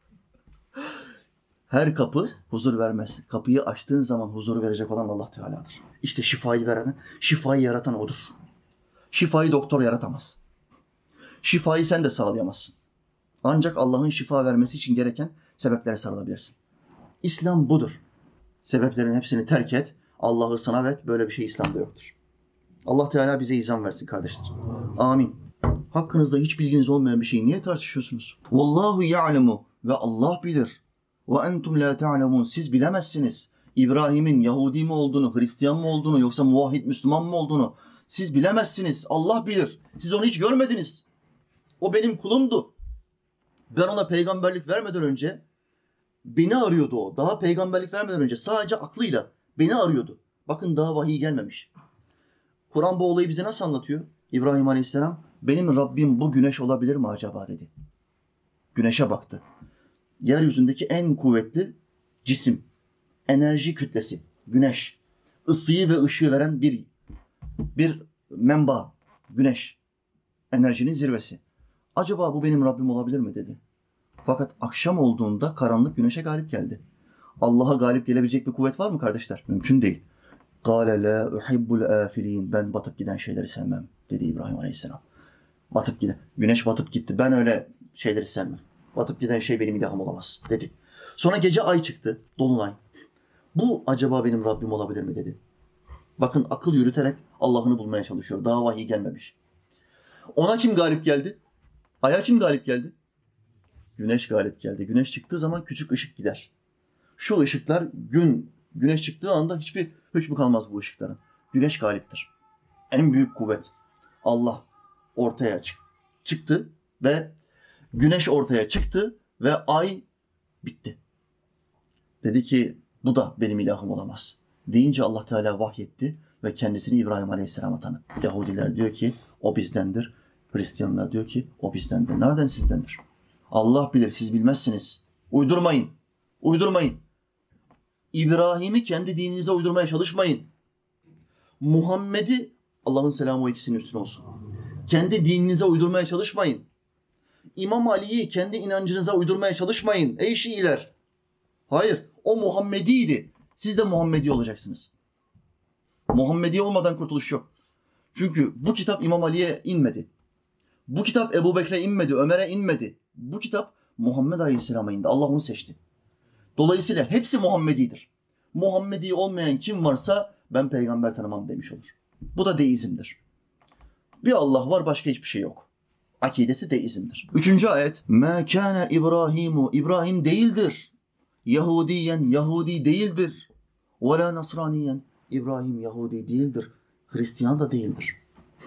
Her kapı huzur vermez. Kapıyı açtığın zaman huzuru verecek olan Allah Teala'dır. İşte şifayı veren, şifayı yaratan O'dur. Şifayı doktor yaratamaz. Şifayı sen de sağlayamazsın. Ancak Allah'ın şifa vermesi için gereken sebeplere sarılabilirsin. İslam budur. Sebeplerin hepsini terk et. Allah'ı sana et. Böyle bir şey İslam'da yoktur. Allah Teala bize izan versin kardeşler. Amin. Hakkınızda hiç bilginiz olmayan bir şeyi niye tartışıyorsunuz? Vallahu ya'lemu ve Allah bilir. Ve entum la ta'lemun. Siz bilemezsiniz. İbrahim'in Yahudi mi olduğunu, Hristiyan mı olduğunu, yoksa muvahhid Müslüman mı olduğunu siz bilemezsiniz. Allah bilir. Siz onu hiç görmediniz. O benim kulumdu. Ben ona peygamberlik vermeden önce beni arıyordu o. Daha peygamberlik vermeden önce sadece aklıyla beni arıyordu. Bakın daha vahiy gelmemiş. Kur'an bu olayı bize nasıl anlatıyor? İbrahim Aleyhisselam, benim Rabbim bu güneş olabilir mi acaba dedi. Güneşe baktı. Yeryüzündeki en kuvvetli cisim, enerji kütlesi, güneş. Isıyı ve ışığı veren bir menba, güneş. Enerjinin zirvesi. Acaba bu benim Rabbim olabilir mi dedi. Fakat akşam olduğunda karanlık güneşe galip geldi. Allah'a galip gelebilecek bir kuvvet var mı kardeşler? Mümkün değil. قَالَ لَا اُحِبُّ الْآفِلِينَ Ben batıp giden şeyleri sevmem dedi İbrahim Aleyhisselam. Batıp giden. Güneş batıp gitti. Ben öyle şeyleri sevmem. Batıp giden şey benim ilahım olamaz dedi. Sonra gece ay çıktı. Dolunay. Bu acaba benim Rabbim olabilir mi dedi. Bakın akıl yürüterek Allah'ını bulmaya çalışıyor. Daha vahiy gelmemiş. Ona kim galip geldi? Ay'a kim galip geldi? Güneş galip geldi. Güneş çıktığı zaman küçük ışık gider. Şu ışıklar güneş çıktığı anda hiçbir hükmü kalmaz bu ışıkların. Güneş galiptir. En büyük kuvvet. Allah ortaya çıktı ve güneş ortaya çıktı ve ay bitti. Dedi ki bu da benim ilahım olamaz. Deyince Allah Teala vahyetti ve kendisini İbrahim Aleyhisselam'a tanıttı. Yahudiler diyor ki o bizdendir. Hristiyanlar diyor ki o bizdendir. Nereden sizdendir? Allah bilir, siz bilmezsiniz. Uydurmayın. Uydurmayın. İbrahim'i kendi dininize uydurmaya çalışmayın. Muhammed'i, Allah'ın selamı o ikisinin üstüne olsun, kendi dininize uydurmaya çalışmayın. İmam Ali'yi kendi inancınıza uydurmaya çalışmayın ey Şiiler. Hayır, o Muhammedi'ydi. Siz de Muhammedi olacaksınız. Muhammedi olmadan kurtuluş yok. Çünkü bu kitap İmam Ali'ye inmedi. Bu kitap Ebu Bekir'e inmedi, Ömer'e inmedi. Bu kitap Muhammed Aleyhisselam'a indi. Allah onu seçti. Dolayısıyla hepsi Muhammedidir. Muhammedi olmayan kim varsa ben peygamber tanımam demiş olur. Bu da deizmdir. Bir Allah var, başka hiçbir şey yok. Akidesi deizmdir. 3. ayet. مَا كَانَ İbrahimu İbrahim değildir. Yahudiyen Yahudi değildir. وَلَا Nasraniyen İbrahim Yahudi değildir. Hristiyan da değildir.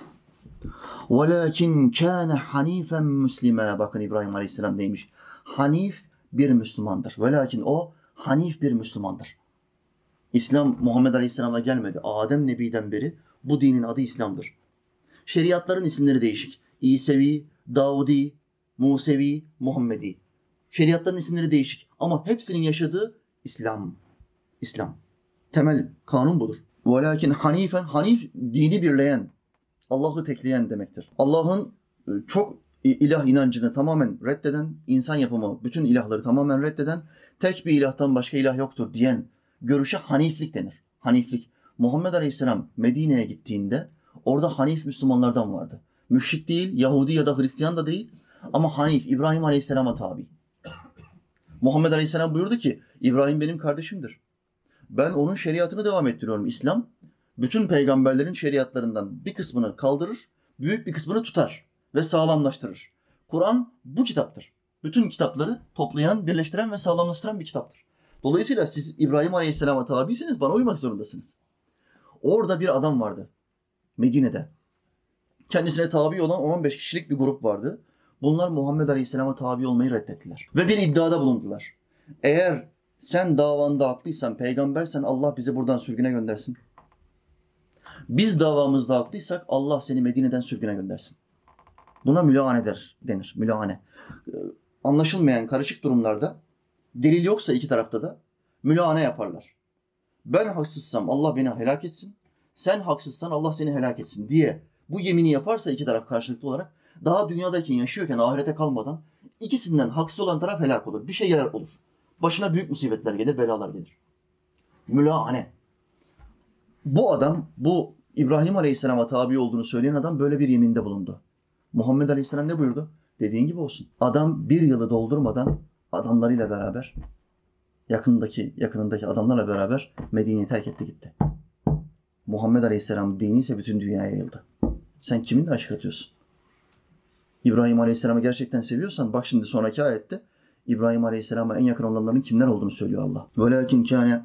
وَلَكِنْ كَانَ حَن۪يفًا مُسْلِمًا Bakın İbrahim Aleyhisselam neymiş? Hanif bir Müslümandır. Velakin o hanif bir Müslümandır. İslam Muhammed Aleyhisselam'a gelmedi. Adem Nebi'den beri bu dinin adı İslam'dır. Şeriatların isimleri değişik. İsevi, Davudi, Musevi, Muhammedi. Şeriatların isimleri değişik. Ama hepsinin yaşadığı İslam. İslam. Temel kanun budur. Velakin hanifen, hanif dini birleyen, Allah'ı tekleyen demektir. Allah'ın çok ilah inancını tamamen reddeden, insan yapımı bütün ilahları tamamen reddeden, tek bir ilahtan başka ilah yoktur diyen görüşe haniflik denir. Haniflik. Muhammed Aleyhisselam Medine'ye gittiğinde orada hanif Müslümanlardan vardı. Müşrik değil, Yahudi ya da Hristiyan da değil ama hanif, İbrahim Aleyhisselam'a tabi. Muhammed Aleyhisselam buyurdu ki İbrahim benim kardeşimdir. Ben onun şeriatını devam ettiriyorum. İslam bütün peygamberlerin şeriatlarından bir kısmını kaldırır, büyük bir kısmını tutar ve sağlamlaştırır. Kur'an bu kitaptır. Bütün kitapları toplayan, birleştiren ve sağlamlaştıran bir kitaptır. Dolayısıyla siz İbrahim Aleyhisselam'a tabisiniz, bana uymak zorundasınız. Orada bir adam vardı Medine'de. Kendisine tabi olan 10-15 kişilik bir grup vardı. Bunlar Muhammed Aleyhisselam'a tabi olmayı reddettiler. Ve bir iddiada bulundular. Eğer Sen davanda haklıysan, peygambersen Allah bizi buradan sürgüne göndersin. Biz davamızda haklıysak Allah seni Medine'den sürgüne göndersin. Buna mülâhane denir. Mülâhane. Anlaşılmayan karışık durumlarda delil yoksa iki tarafta da mülâhane yaparlar. Ben haksızsam Allah beni helak etsin. Sen haksızsan Allah seni helak etsin diye bu yemini yaparsa iki taraf karşılıklı olarak daha dünyadayken yaşıyorken ahirete kalmadan ikisinden haksız olan taraf helak olur. Bir şeyler olur. Başına büyük musibetler gelir, belalar gelir. Mülâhane. Bu adam, bu İbrahim Aleyhisselam'a tabi olduğunu söyleyen adam böyle bir yeminde bulundu. Muhammed Aleyhisselam ne buyurdu? Dediğin gibi olsun. Adam bir yılı doldurmadan adamlarıyla beraber, yakınındaki adamlarla beraber Medine'yi terk etti gitti. Muhammed Aleyhisselam dini ise bütün dünyaya yayıldı. Sen kiminle aşık atıyorsun? İbrahim Aleyhisselam'ı gerçekten seviyorsan bak şimdi sonraki ayette İbrahim Aleyhisselam'a en yakın olanların kimler olduğunu söylüyor Allah. Velakin kâne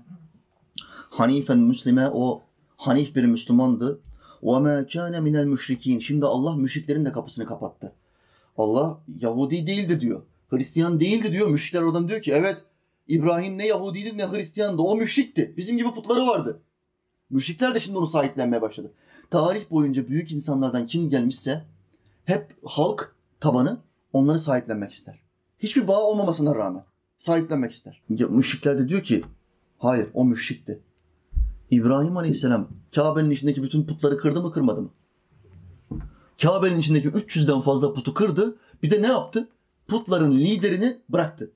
hanifen müslime, o hanif bir Müslümandı. وَمَا كَانَ مِنَ الْمُشْرِك۪ينَ. Şimdi Allah müşriklerin de kapısını kapattı. Allah Yahudi değildi diyor. Hristiyan değildi diyor. Müşrikler oradan diyor ki evet İbrahim ne Yahudiydi ne Hristiyandı. O müşrikti. Bizim gibi putları vardı. Müşrikler de şimdi onu sahiplenmeye başladı. Tarih boyunca büyük insanlardan kim gelmişse hep halk tabanı onları sahiplenmek ister. Hiçbir bağ olmamasına rağmen sahiplenmek ister. Ya, müşrikler de diyor ki hayır o müşrikti. İbrahim Aleyhisselam Kabe'nin içindeki bütün putları kırdı mı kırmadı mı? Kabe'nin içindeki 300'den fazla putu kırdı. Bir de ne yaptı? Putların liderini bıraktı.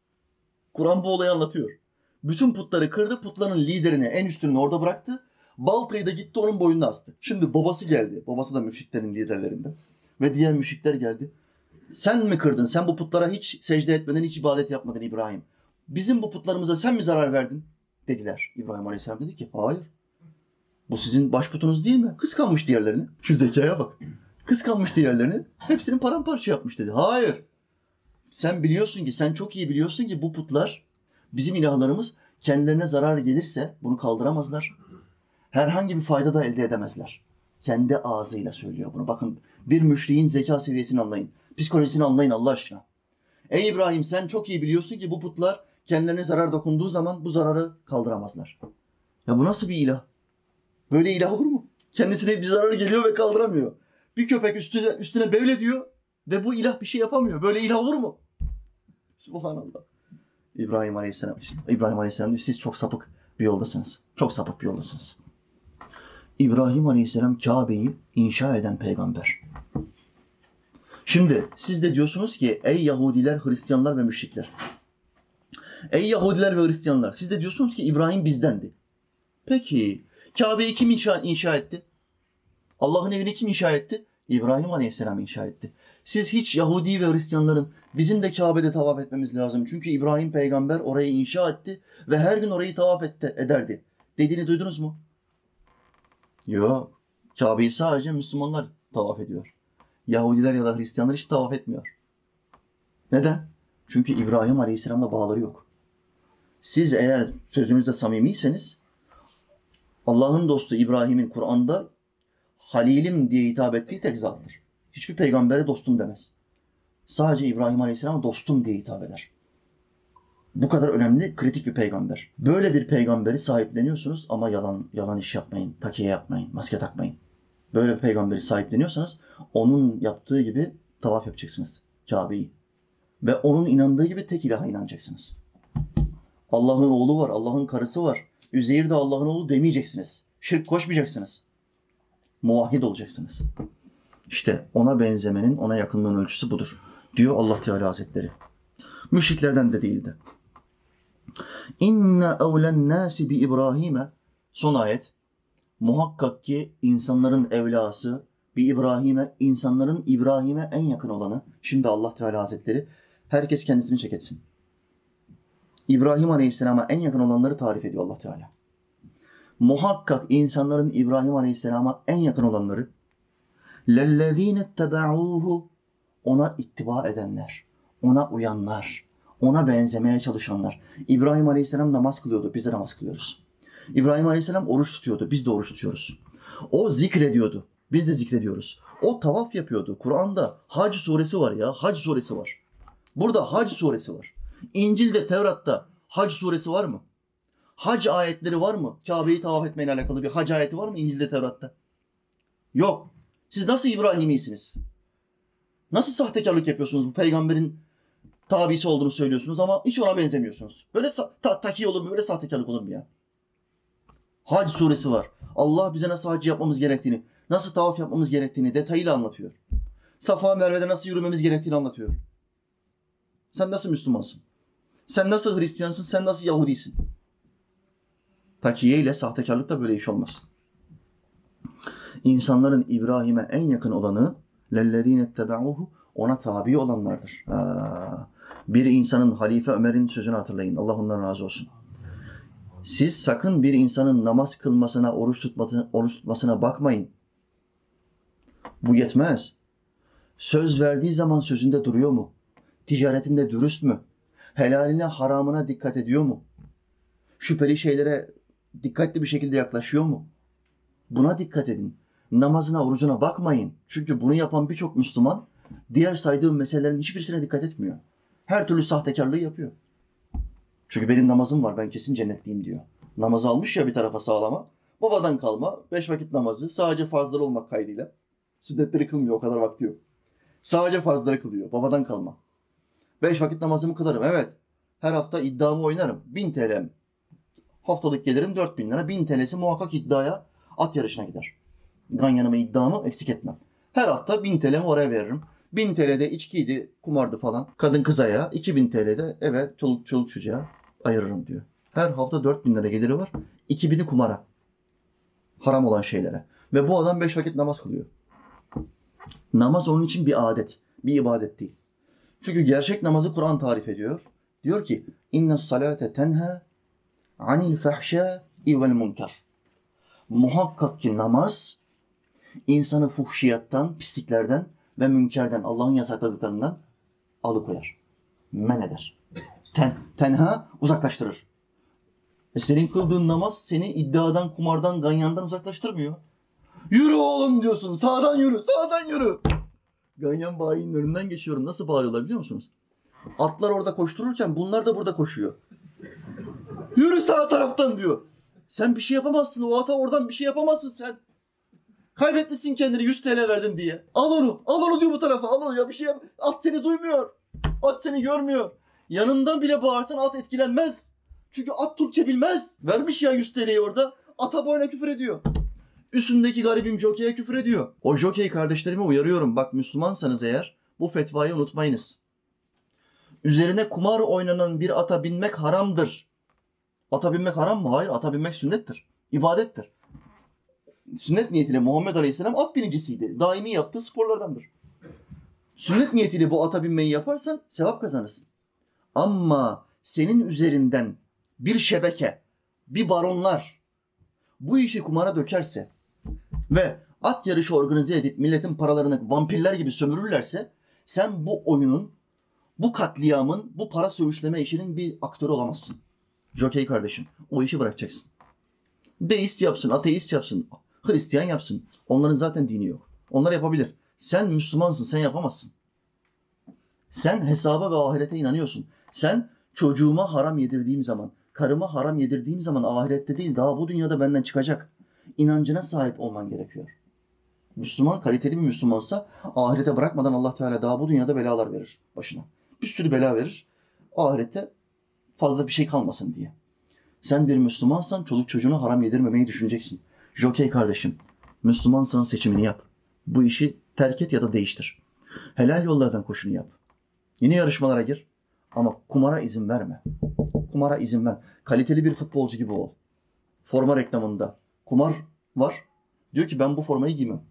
Kur'an bu olayı anlatıyor. Bütün putları kırdı, putların liderini, en üstünü orada bıraktı. Baltayı da gitti onun boynuna astı. Şimdi babası geldi. Babası da müşriklerin liderlerinden. Ve diğer müşrikler geldi. Sen mi kırdın? Sen bu putlara hiç secde etmedin, hiç ibadet yapmadın İbrahim. Bizim bu putlarımıza sen mi zarar verdin? Dediler. İbrahim Aleyhisselam dedi ki hayır. Bu sizin başputunuz değil mi? Kıskanmış diğerlerini. Şu zekaya bak. Kıskanmış diğerlerini. Hepsini paramparça yapmış dedi. Hayır. Sen biliyorsun ki, sen çok iyi biliyorsun ki bu putlar, bizim ilahlarımız kendilerine zarar gelirse bunu kaldıramazlar. Herhangi bir fayda da elde edemezler. Kendi ağzıyla söylüyor bunu. Bakın bir müşriğin zeka seviyesini anlayın. Psikolojisini anlayın Allah aşkına. Ey İbrahim sen çok iyi biliyorsun ki bu putlar kendilerine zarar dokunduğu zaman bu zararı kaldıramazlar. Ya bu nasıl bir ilah? Böyle ilah olur mu? Kendisine bir zarar geliyor ve kaldıramıyor. Bir köpek üstüne bevlediyor ve bu ilah bir şey yapamıyor. Böyle ilah olur mu? Subhanallah. İbrahim Aleyhisselam diyor siz çok sapık bir yoldasınız. Çok sapık bir yoldasınız. İbrahim Aleyhisselam Kabe'yi inşa eden peygamber. Şimdi siz de diyorsunuz ki ey Yahudiler, Hristiyanlar ve müşrikler. Ey Yahudiler ve Hristiyanlar, siz de diyorsunuz ki İbrahim bizdendi. Peki Kabe'yi kim inşa etti? Allah'ın evini kim inşa etti? İbrahim Aleyhisselam inşa etti. Siz hiç Yahudi ve Hristiyanların bizim de Kabe'de tavaf etmemiz lazım. Çünkü İbrahim peygamber orayı inşa etti ve her gün orayı tavaf ederdi dediğini duydunuz mu? Yok. Kabe'yi sadece Müslümanlar tavaf ediyor. Yahudiler ya da Hristiyanlar hiç tavaf etmiyor. Neden? Çünkü İbrahim Aleyhisselam'la bağları yok. Siz eğer sözünüzde samimiyseniz Allah'ın dostu İbrahim'in Kur'an'da Halilim diye hitap ettiği tek zattır. Hiçbir peygambere dostum demez. Sadece İbrahim Aleyhisselam dostum diye hitap eder. Bu kadar önemli, kritik bir peygamber. Böyle bir peygamberi sahipleniyorsunuz ama yalan iş yapmayın, takiye yapmayın, maske takmayın. Böyle bir peygamberi sahipleniyorsanız onun yaptığı gibi tavaf yapacaksınız Kabe'yi. Ve onun inandığı gibi tek ilaha inanacaksınız. Allah'ın oğlu var, Allah'ın karısı var. Üzeyir de Allah'ın oğlu demeyeceksiniz. Şirk koşmayacaksınız. Muvahhid olacaksınız. İşte ona benzemenin, ona yakınlığın ölçüsü budur. Diyor Allah Teala Hazretleri. Müşriklerden de değildi. İnne evlen nâsi bi İbrahim'e. Son ayet. Muhakkak ki insanların evlası bi İbrahim'e, insanların İbrahim'e en yakın olanı. Şimdi Allah Teala Hazretleri herkes kendisini çek etsin. İbrahim Aleyhisselam'a en yakın olanları tarif ediyor Allah Teala. Muhakkak insanların İbrahim Aleyhisselam'a en yakın olanları lellezîne ittebe'ûhu, ona ittiba edenler, ona uyanlar, ona benzemeye çalışanlar. İbrahim Aleyhisselam namaz kılıyordu, biz de namaz kılıyoruz. İbrahim Aleyhisselam oruç tutuyordu, biz de oruç tutuyoruz. O zikrediyordu, biz de zikrediyoruz. O tavaf yapıyordu. Kur'an'da Hac suresi var ya, Hac suresi var. Burada Hac suresi var. İncil'de, Tevrat'ta Hac suresi var mı? Hac ayetleri var mı? Kabe'yi tavaf etmeyle alakalı bir hac ayeti var mı İncil'de, Tevrat'ta? Yok. Siz nasıl İbrahim'isiniz? Nasıl sahtekarlık yapıyorsunuz? Bu peygamberin tabisi olduğunu söylüyorsunuz ama hiç ona benzemiyorsunuz. Böyle taki olur mu? Böyle sahtekarlık olur mu ya? Hac suresi var. Allah bize nasıl hac yapmamız gerektiğini, nasıl tavaf yapmamız gerektiğini detayıyla anlatıyor. Safa Merve'de nasıl yürümemiz gerektiğini anlatıyor. Sen nasıl Müslümansın? Sen nasıl Hristiyansın? Sen nasıl Yahudisin? Takiye ile sahtekarlıkta böyle iş olmaz. İnsanların İbrahim'e en yakın olanı lellezîne etteba'uhu, ona tabi olanlardır. Bir insanın Halife Ömer'in sözünü hatırlayın. Allah ondan razı olsun. Siz sakın bir insanın namaz kılmasına, oruç tutmasına bakmayın. Bu yetmez. Söz verdiği zaman sözünde duruyor mu? Ticaretinde dürüst mü? Helaline, haramına dikkat ediyor mu? Şüpheli şeylere dikkatli bir şekilde yaklaşıyor mu? Buna dikkat edin. Namazına, orucuna bakmayın. Çünkü bunu yapan birçok Müslüman diğer saydığım meselelerin hiçbirisine dikkat etmiyor. Her türlü sahtekarlığı yapıyor. Çünkü benim namazım var, ben kesin cennetliyim diyor. Namazı almış ya bir tarafa sağlama. Babadan kalma 5 vakit namazı sadece farzları olmak kaydıyla. Sünnetleri kılmıyor, o kadar vakti yok. Sadece farzları kılıyor, babadan kalma. 5 vakit namazımı kılarım, evet. Her hafta iddiamı oynarım. 1000 TL'm. Haftalık gelirim 4000 lira. 1000 TL'si muhakkak iddiaya, at yarışına gider. Ganyanımı, iddiamı eksik etmem. Her hafta 1000 TL'mi oraya veririm. 1000 TL'de içkiydi, kumardı falan. Kadın kız ayağı. 2000 TL'de eve, çoluk çocuğa ayırırım diyor. Her hafta 4000 lira geliri var. 2000'i kumara. Haram olan şeylere. Ve bu adam 5 vakit namaz kılıyor. Namaz onun için bir adet, bir ibadet değil. Çünkü gerçek namazı Kur'an tarif ediyor. Diyor ki, inna salate tenha anil fahşâ'i vel munkar. Muhakkak ki namaz insanı fuhşiyattan, pisliklerden ve münkerden, Allah'ın yasakladıklarından alıkoyar. Men eder. Tenha uzaklaştırır. Senin kıldığın namaz seni iddiadan, kumardan, ganyandan uzaklaştırmıyor. Yürü oğlum diyorsun. Sağdan yürü, sağdan yürü. Ganyan bayinin önünden geçiyorum. Nasıl bağırıyorlar biliyor musunuz? Atlar orada koştururken bunlar da burada koşuyor. Yürü sağ taraftan diyor. Sen bir şey yapamazsın. O ata oradan bir şey yapamazsın sen. Kaybetmişsin kendini 100 TL verdin diye. Al onu. Al onu diyor bu tarafa. Al onu ya bir şey yap. At seni duymuyor. At seni görmüyor. Yanından bile bağırsan at etkilenmez. Çünkü at Türkçe bilmez. Vermiş ya 100 TL'yi orada. Ata boyuna küfür ediyor. Üstündeki garibim jokeye küfür ediyor. O jokey kardeşlerime uyarıyorum. Bak Müslümansanız eğer bu fetvayı unutmayınız. Üzerine kumar oynanan bir ata binmek haramdır. Ata binmek haram mı? Hayır. Ata binmek sünnettir. İbadettir. Sünnet niyetiyle Muhammed Aleyhisselam at binicisiydi. Daimi yaptığı sporlardandır. Sünnet niyetiyle bu ata binmeyi yaparsan sevap kazanırsın. Ama senin üzerinden bir şebeke, bir baronlar bu işi kumara dökerse ve at yarışı organize edip milletin paralarını vampirler gibi sömürürlerse sen bu oyunun, bu katliamın, bu para söğüşleme işinin bir aktörü olamazsın. Jokey kardeşim, o işi bırakacaksın. Deist yapsın, ateist yapsın, Hristiyan yapsın. Onların zaten dini yok. Onlar yapabilir. Sen Müslümansın, sen yapamazsın. Sen hesaba ve ahirete inanıyorsun. Sen çocuğuma haram yedirdiğim zaman, karıma haram yedirdiğim zaman ahirette değil, daha bu dünyada benden çıkacak inancına sahip olman gerekiyor. Müslüman, kaliteli bir Müslümansa ahirete bırakmadan Allah Teala daha bu dünyada belalar verir başına. Bir sürü bela verir. Ahirette fazla bir şey kalmasın diye. Sen bir Müslümansan çoluk çocuğuna haram yedirmemeyi düşüneceksin. Jokey kardeşim, Müslümansan seçimini yap. Bu işi terk et ya da değiştir. Helal yollardan koşunu yap. Yeni yarışmalara gir ama kumara izin verme. Kumara izin ver. Kaliteli bir futbolcu gibi ol. Forma reklamında kumar var. Diyor ki ben bu formayı giymem.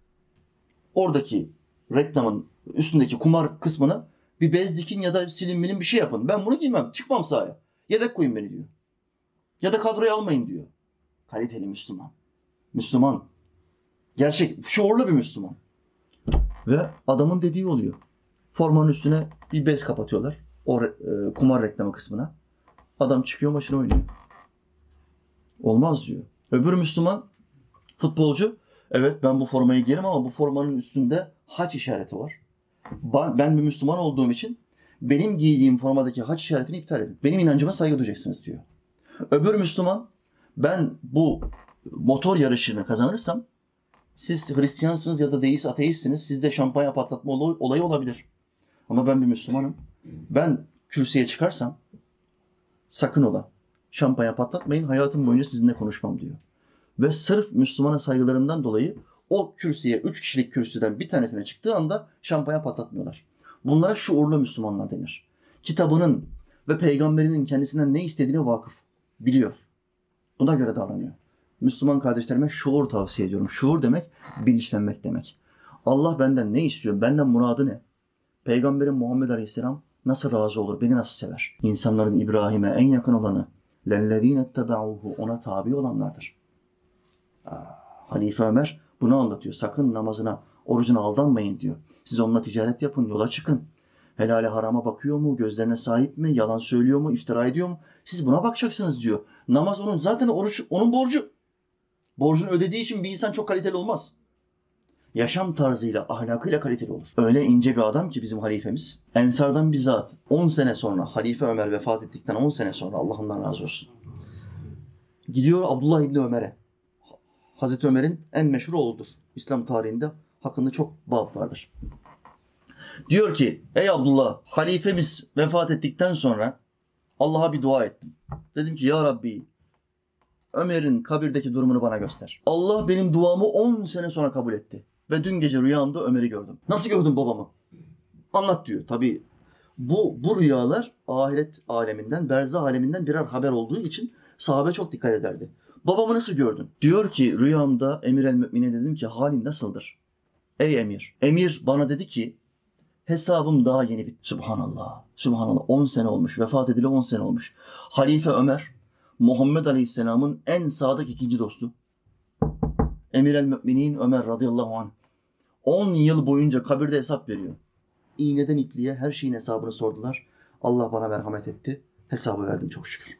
Oradaki reklamın üstündeki kumar kısmına bir bez dikin ya da silinminin bir şey yapın. Ben bunu giymem. Çıkmam sahaya. Yedek koyun beni diyor. Ya da kadroya almayın diyor. Kaliteli Müslüman. Müslüman. Gerçek, şuurlu bir Müslüman. Ve adamın dediği oluyor. Formanın üstüne bir bez kapatıyorlar. O kumar reklamı kısmına. Adam çıkıyor maçını oynuyor. Olmaz diyor. Öbür Müslüman futbolcu, evet ben bu formayı giyerim ama bu formanın üstünde haç işareti var. Ben bir Müslüman olduğum için benim giydiğim formadaki haç işaretini iptal edin. Benim inancıma saygı duyacaksınız diyor. Öbür Müslüman, ben bu motor yarışını kazanırsam siz Hristiyansınız ya da deist, ateistsiniz, sizde şampanya patlatma olayı olabilir. Ama ben bir Müslümanım. Ben kürsüye çıkarsam sakın ola şampanya patlatmayın, hayatım boyunca sizinle konuşmam diyor. Ve sırf Müslümana saygılarından dolayı o kürsüye, 3 kişilik kürsüden bir tanesine çıktığı anda şampanya patlatmıyorlar. Bunlara şuurlu Müslümanlar denir. Kitabının ve peygamberinin kendisinden ne istediğine vakıf. Biliyor. Buna göre davranıyor. Müslüman kardeşlerime şuur tavsiye ediyorum. Şuur demek, bilinçlenmek demek. Allah benden ne istiyor? Benden muradı ne? Peygamberin Muhammed Aleyhisselam nasıl razı olur? Beni nasıl sever? İnsanların İbrahim'e en yakın olanı لَلَّذ۪ينَ اتَّبَعُوهُ ona tabi olanlardır. Halife Ömer bunu anlatıyor. Sakın namazına, orucuna aldanmayın diyor. Siz onunla ticaret yapın, yola çıkın. Helale harama bakıyor mu? Gözlerine sahip mi? Yalan söylüyor mu? İftira ediyor mu? Siz buna bakacaksınız diyor. Namaz onun, zaten oruç onun borcu. Borcunu ödediği için bir insan çok kaliteli olmaz. Yaşam tarzıyla, ahlakıyla kaliteli olur. Öyle ince bir adam ki bizim halifemiz. Ensardan bir zat 10 sene sonra, Halife Ömer vefat ettikten 10 sene sonra, Allah ondan razı olsun, gidiyor Abdullah İbni Ömer'e. Hazreti Ömer'in en meşhur oğludur. İslam tarihinde hakkında çok bab vardır. Diyor ki, ey Abdullah, halifemiz vefat ettikten sonra Allah'a bir dua ettim. Dedim ki, ya Rabbi, Ömer'in kabirdeki durumunu bana göster. Allah benim duamı 10 sene sonra kabul etti. Ve dün gece rüyamda Ömer'i gördüm. Nasıl gördün babamı? Anlat diyor. Tabii bu rüyalar ahiret aleminden, berzah aleminden birer haber olduğu için sahabe çok dikkat ederdi. Babamı nasıl gördün? Diyor ki rüyamda Emir el-Mü'mine dedim ki halin nasıldır? Ey Emir. Emir bana dedi ki hesabım daha yeni bitti. Subhanallah. Subhanallah. 10 sene olmuş. Vefat edili 10 sene olmuş. Halife Ömer, Muhammed Aleyhisselam'ın en sadık ikinci dostu. Emir el-Mü'minin Ömer radıyallahu anh. 10 yıl boyunca kabirde hesap veriyor. İğneden ipliğe her şeyin hesabını sordular. Allah bana merhamet etti. Hesabı verdim çok şükür.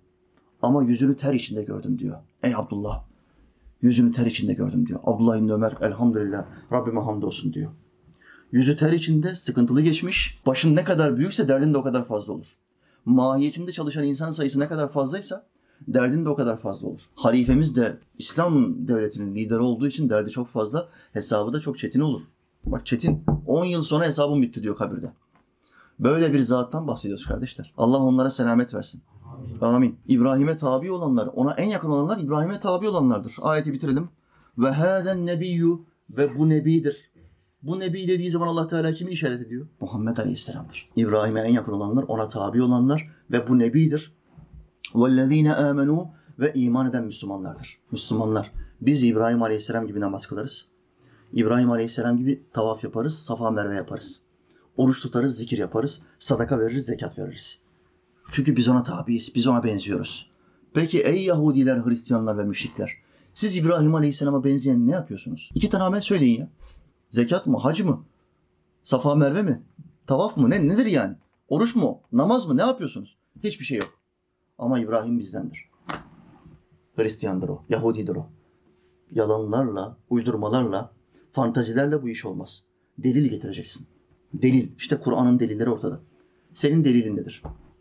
Ama yüzünü ter içinde gördüm diyor. Ey Abdullah. Yüzünü ter içinde gördüm diyor. Abdullah İbni Ömer elhamdülillah Rabbime hamdolsun diyor. Yüzü ter içinde sıkıntılı geçmiş. Başın ne kadar büyükse derdin de o kadar fazla olur. Mahiyetinde çalışan insan sayısı ne kadar fazlaysa derdin de o kadar fazla olur. Halifemiz de İslam devletinin lideri olduğu için derdi çok fazla. Hesabı da çok çetin olur. Bak çetin. 10 yıl sonra hesabım bitti diyor kabirde. Böyle bir zattan bahsediyoruz kardeşler. Allah onlara selamet versin. Amin. İbrahim'e tabi olanlar, ona en yakın olanlar İbrahim'e tabi olanlardır. Ayeti bitirelim. Ve hâden nebiyyü ve bu nebidir. Bu nebi dediği zaman Allah Teala kimi işaret ediyor? Muhammed Aleyhisselam'dır. İbrahim'e en yakın olanlar, ona tabi olanlar ve bu nebidir. وَالَّذ۪ينَ آمَنُوا ve iman eden Müslümanlardır. Müslümanlar. Biz İbrahim Aleyhisselam gibi namaz kılarız. İbrahim Aleyhisselam gibi tavaf yaparız, Safa Merve yaparız. Oruç tutarız, zikir yaparız, sadaka veririz, zekat veririz. Çünkü biz ona tabiiz, biz ona benziyoruz. Peki ey Yahudiler, Hristiyanlar ve müşrikler, siz İbrahim Aleyhisselam'a benzeyen ne yapıyorsunuz? 2 tane amel söyleyin ya. Zekat mı, hac mı? Safa Merve mi? Tavaf mı? Nedir yani? Oruç mu? Namaz mı? Ne yapıyorsunuz? Hiçbir şey yok. Ama İbrahim bizdendir. Hristiyandır o, Yahudidir o. Yalanlarla, uydurmalarla, fantazilerle bu iş olmaz. Delil getireceksin. Delil. İşte Kur'an'ın delilleri ortada. Senin delilin nedir?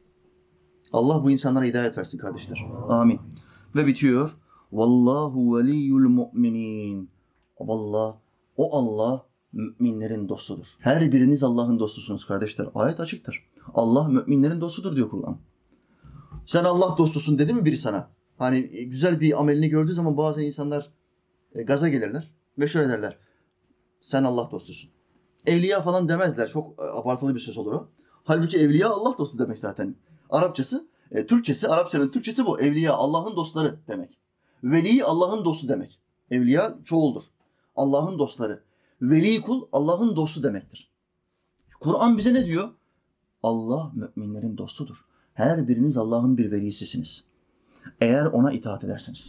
Allah bu insanlara hidayet versin kardeşler. Amin. Ve bitiyor. Vallahu veliyyul mu'minin. Vallahi o Allah müminlerin dostudur. Her biriniz Allah'ın dostusunuz kardeşler. Ayet açıktır. Allah müminlerin dostudur diyor Kur'an. Sen Allah dostusun dedi mi biri sana? Hani güzel bir amelini gördüğü zaman bazen insanlar gaza gelirler ve şöyle derler. Sen Allah dostusun. Evliya falan demezler. Çok abartılı bir söz olur o. Halbuki evliya Allah dostu demek zaten. Arapçası, Türkçesi, Arapçanın Türkçesi bu. Evliya Allah'ın dostları demek. Veli Allah'ın dostu demek. Evliya çoğuldur. Allah'ın dostları. Veli kul Allah'ın dostu demektir. Kur'an bize ne diyor? Allah müminlerin dostudur. Her biriniz Allah'ın bir velisisiniz. Eğer ona itaat ederseniz.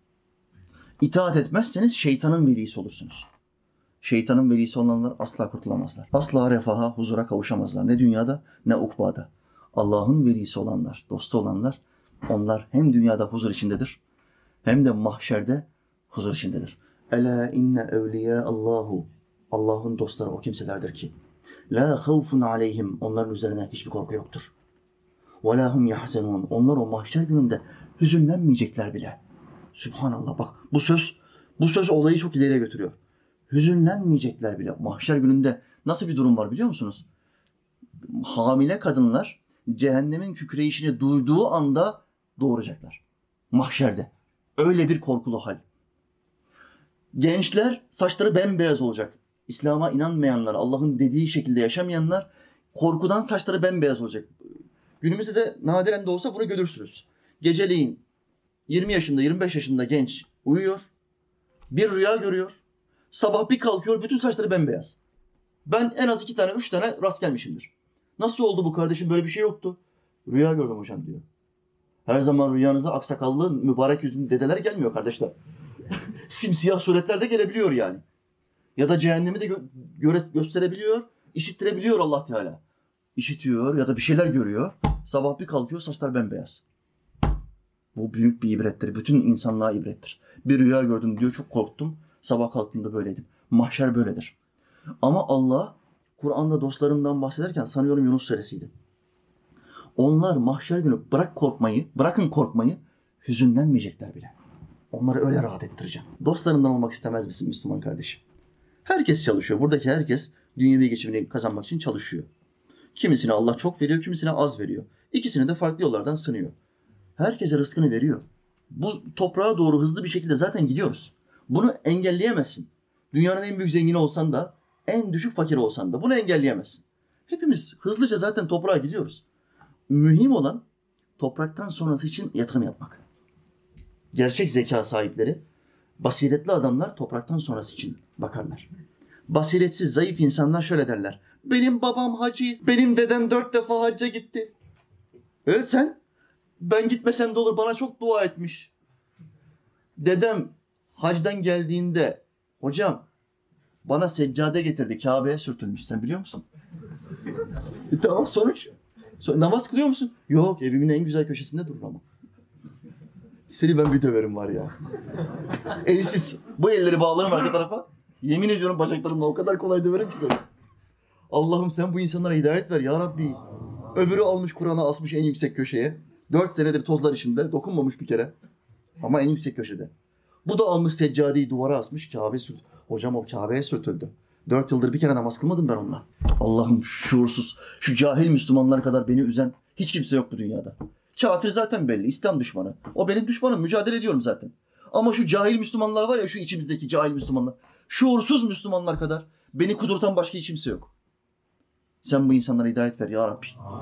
İtaat etmezseniz şeytanın velisi olursunuz. Şeytanın velisi olanlar asla kurtulamazlar. Asla refaha, huzura kavuşamazlar. Ne dünyada ne ukbada. Allah'ın velisi olanlar, dostu olanlar, onlar hem dünyada huzur içindedir, hem de mahşerde huzur içindedir. Ela inne evliya Allahu. Allah'ın dostları o kimselerdir ki La havfun aleyhim. Onların üzerine hiçbir korku yoktur. Ve la hum yahzenun. Onlar o mahşer gününde hüzünlenmeyecekler bile. Sübhanallah, bak bu söz olayı çok ileriye götürüyor. Hüzünlenmeyecekler bile. Mahşer gününde nasıl bir durum var biliyor musunuz? Hamile kadınlar cehennemin kükreyişini duyduğu anda doğuracaklar. Mahşerde. Öyle bir korkulu hal. Gençler saçları bembeyaz olacak. İslam'a inanmayanlar, Allah'ın dediği şekilde yaşamayanlar korkudan saçları bembeyaz olacak. Günümüzde de nadiren de olsa bunu görürsünüz. Geceleyin 20 yaşında, 25 yaşında genç uyuyor. Bir rüya görüyor. Sabah bir kalkıyor, bütün saçları bembeyaz. Ben en az 2 tane, 3 tane rast gelmişimdir. Nasıl oldu bu kardeşim? Böyle bir şey yoktu. Rüya gördüm hocam diyor. Her zaman rüyanıza aksakallı, mübarek yüzlü dedeler gelmiyor kardeşler. Simsiyah suretler de gelebiliyor yani. Ya da cehennemi de gösterebiliyor, işittirebiliyor Allah Teala. İşitiyor ya da bir şeyler görüyor. Sabah bir kalkıyor, saçlar bembeyaz. Bu büyük bir ibrettir. Bütün insanlığa ibrettir. Bir rüya gördüm diyor, çok korktum. Sabah kalktığımda böyleydim. Mahşer böyledir. Ama Allah Kur'an'da dostlarından bahsederken sanıyorum Yunus suresiydi. Onlar mahşer günü bırakın korkmayı, hüzünlenmeyecekler bile. Onları öyle rahat ettireceğim. Dostlarından olmak istemez misin Müslüman kardeşim? Herkes çalışıyor. Buradaki herkes dünyevi geçimini kazanmak için çalışıyor. Kimisine Allah çok veriyor, kimisine az veriyor. İkisini de farklı yollardan sınıyor. Herkese rızkını veriyor. Bu toprağa doğru hızlı bir şekilde zaten gidiyoruz. Bunu engelleyemezsin. Dünyanın en büyük zengini olsan da, en düşük fakiri olsan da bunu engelleyemezsin. Hepimiz hızlıca zaten toprağa gidiyoruz. Mühim olan topraktan sonrası için yatırım yapmak. Gerçek zeka sahipleri, basiretli adamlar topraktan sonrası için bakarlar. Basiretsiz, zayıf insanlar şöyle derler. Benim babam hacı, benim dedem 4 defa hacca gitti. Evet sen? Ben gitmesem de olur, bana çok dua etmiş. Dedem hacdan geldiğinde, hocam bana seccade getirdi, Kabe'ye sürtülmüş, sen biliyor musun? Tamam, sonuç. Namaz kılıyor musun? Yok, evimin en güzel köşesinde durur ama. Seni ben bir döverim var ya. Elsiz. Bu elleri bağlarım arka tarafa. Yemin ediyorum bacaklarımla o kadar kolay döverim ki seni. Allah'ım sen bu insanlara hidayet ver ya Rabbi. Öbürü almış Kur'an'ı asmış en yüksek köşeye. 4 senedir tozlar içinde. Dokunmamış bir kere. Ama en yüksek köşede. Bu da almış seccadeyi duvara asmış. Kabe sürtüldü. Hocam o Kabe'ye sürtüldü. 4 yıldır bir kere namaz kılmadım ben onunla. Allah'ım şuursuz, şu cahil Müslümanlar kadar beni üzen hiç kimse yok bu dünyada. Kafir zaten belli, İslam düşmanı. O benim düşmanım, mücadele ediyorum zaten. Ama şu cahil Müslümanlar var ya, şu içimizdeki cahil Müslümanlar. Şuursuz Müslümanlar kadar beni kudurtan başka hiç kimse yok. Sen bu insanlara hidayet ver ya Rabbi.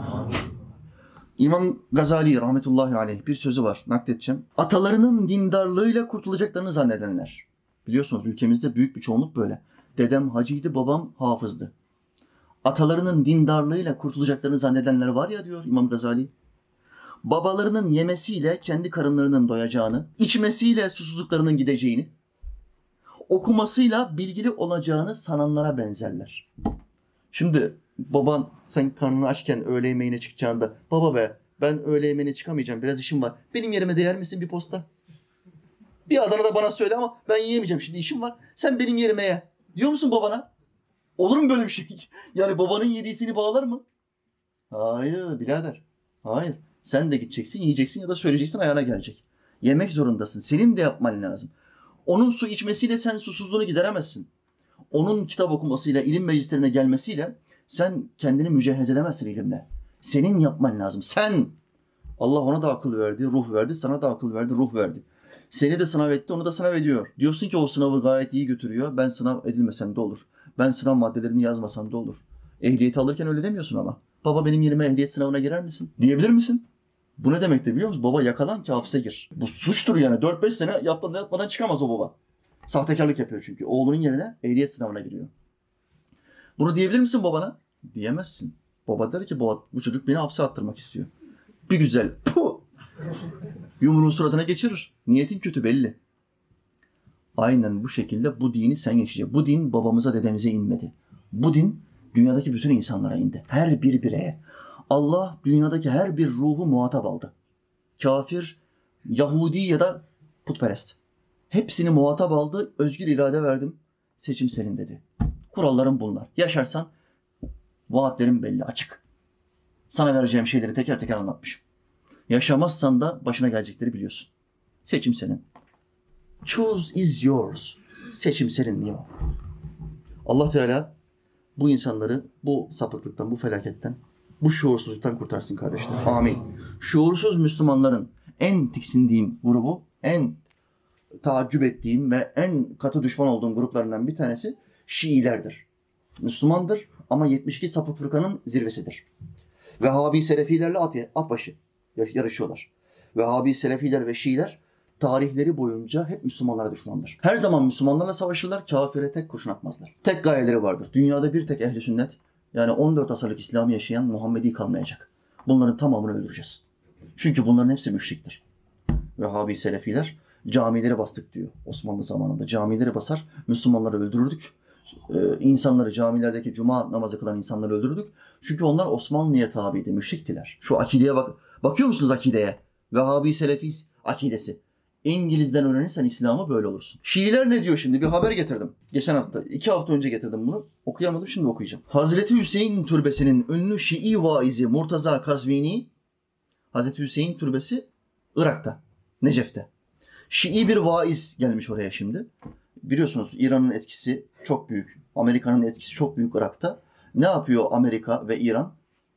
İmam Gazali rahmetullahi aleyh bir sözü var, nakledeceğim. Atalarının dindarlığıyla kurtulacaklarını zannedenler. Biliyorsunuz ülkemizde büyük bir çoğunluk böyle. Dedem hacıydı, babam hafızdı. Atalarının dindarlığıyla kurtulacaklarını zannedenler var ya diyor İmam Gazali. Babalarının yemesiyle kendi karınlarının doyacağını, içmesiyle susuzluklarının gideceğini, okumasıyla bilgili olacağını sananlara benzerler. Şimdi baban sen karnını açken öğle yemeğine çıkacağında, baba be ben öğle yemeğine çıkamayacağım, biraz işim var. Benim yerime değer misin bir posta? Bir Adana'da bana söyle ama ben yiyemeyeceğim, şimdi işim var. Sen benim yerime ye. Diyor musun babana? Olur mu böyle bir şey? Yani babanın yediği seni bağlar mı? Hayır birader. Hayır. Sen de gideceksin, yiyeceksin ya da söyleyeceksin, ayağına gelecek. Yemek zorundasın. Senin de yapman lazım. Onun su içmesiyle sen susuzluğunu gideremezsin. Onun kitap okumasıyla, ilim meclislerine gelmesiyle sen kendini mücehhez edemezsin ilimle. Senin yapman lazım. Sen. Allah ona da akıl verdi, ruh verdi. Sana da akıl verdi, ruh verdi. Seni de sınav etti, onu da sınav ediyor. Diyorsun ki o sınavı gayet iyi götürüyor. Ben sınav edilmesem de olur. Ben sınav maddelerini yazmasam da olur. Ehliyeti alırken öyle demiyorsun ama. Baba benim yerime ehliyet sınavına girer misin? Diyebilir misin? Bu ne demektir biliyor musun? Baba yakalan ki hapse gir. Bu suçtur yani. 4-5 sene yapmadan çıkamaz o baba. Sahtekarlık yapıyor çünkü. Oğlunun yerine ehliyet sınavına giriyor. Bunu diyebilir misin babana? Diyemezsin. Baba der ki bu çocuk beni hapse attırmak istiyor. Bir güzel puh! Yumruğun suratına geçirir. Niyetin kötü belli. Aynen bu şekilde bu dini sen yaşayacaksın. Bu din babamıza dedemize inmedi. Bu din dünyadaki bütün insanlara indi. Her bir bireye. Allah dünyadaki her bir ruhu muhatap aldı. Kafir, Yahudi ya da putperest. Hepsini muhatap aldı. Özgür irade verdim. Seçim senin dedi. Kurallarım bunlar. Yaşarsan Vaatlerim belli, açık. Sana vereceğim şeyleri teker teker anlatmışım. Yaşamazsan da başına gelecekleri biliyorsun. Seçim senin. Choose is yours. Seçim senin diyor. Allah Teala bu insanları bu sapıklıktan, bu felaketten, bu şuursuzluktan kurtarsın kardeşler. Amin. Şuursuz Müslümanların en tiksindiğim grubu, en taaccüp ettiğim ve en katı düşman olduğum gruplarından bir tanesi Şiilerdir. Müslümandır ama 72 sapık fırkanın zirvesidir. Vehhabi Selefilerle at başı yarışıyorlar. Vehhabi Selefiler ve Şiiler tarihleri boyunca hep Müslümanlara düşmandır. Her zaman Müslümanlarla savaşırlar, kafire tek kurşun atmazlar. Tek gayeleri vardır. Dünyada bir tek ehli sünnet, yani 14 asırlık İslam'ı yaşayan Muhammedi kalmayacak. Bunların tamamını öldüreceğiz. Çünkü bunların hepsi müşriktir. Vehhabi Selefiler camileri bastık diyor Osmanlı zamanında. Camileri basar, Müslümanları öldürürdük. İnsanları, camilerdeki cuma namazı kılan insanları öldürdük. Çünkü onlar Osmanlı'ya tabiydi, müşriktiler. Şu akideye bakıyor musunuz akideye? Vehhabi Selefi akidesi. İngiliz'den öğrenirsen İslam'ı böyle olursun. Şiiler ne diyor şimdi? Bir haber getirdim. Geçen hafta, 2 hafta önce getirdim bunu. Okuyamadım, şimdi okuyacağım. Hazreti Hüseyin türbesinin ünlü Şii vaizi Murtaza Kazvini, Hazreti Hüseyin türbesi Irak'ta, Necef'te. Şii bir vaiz gelmiş oraya şimdi. Biliyorsunuz İran'ın etkisi çok büyük. Amerika'nın etkisi çok büyük Irak'ta. Ne yapıyor Amerika ve İran?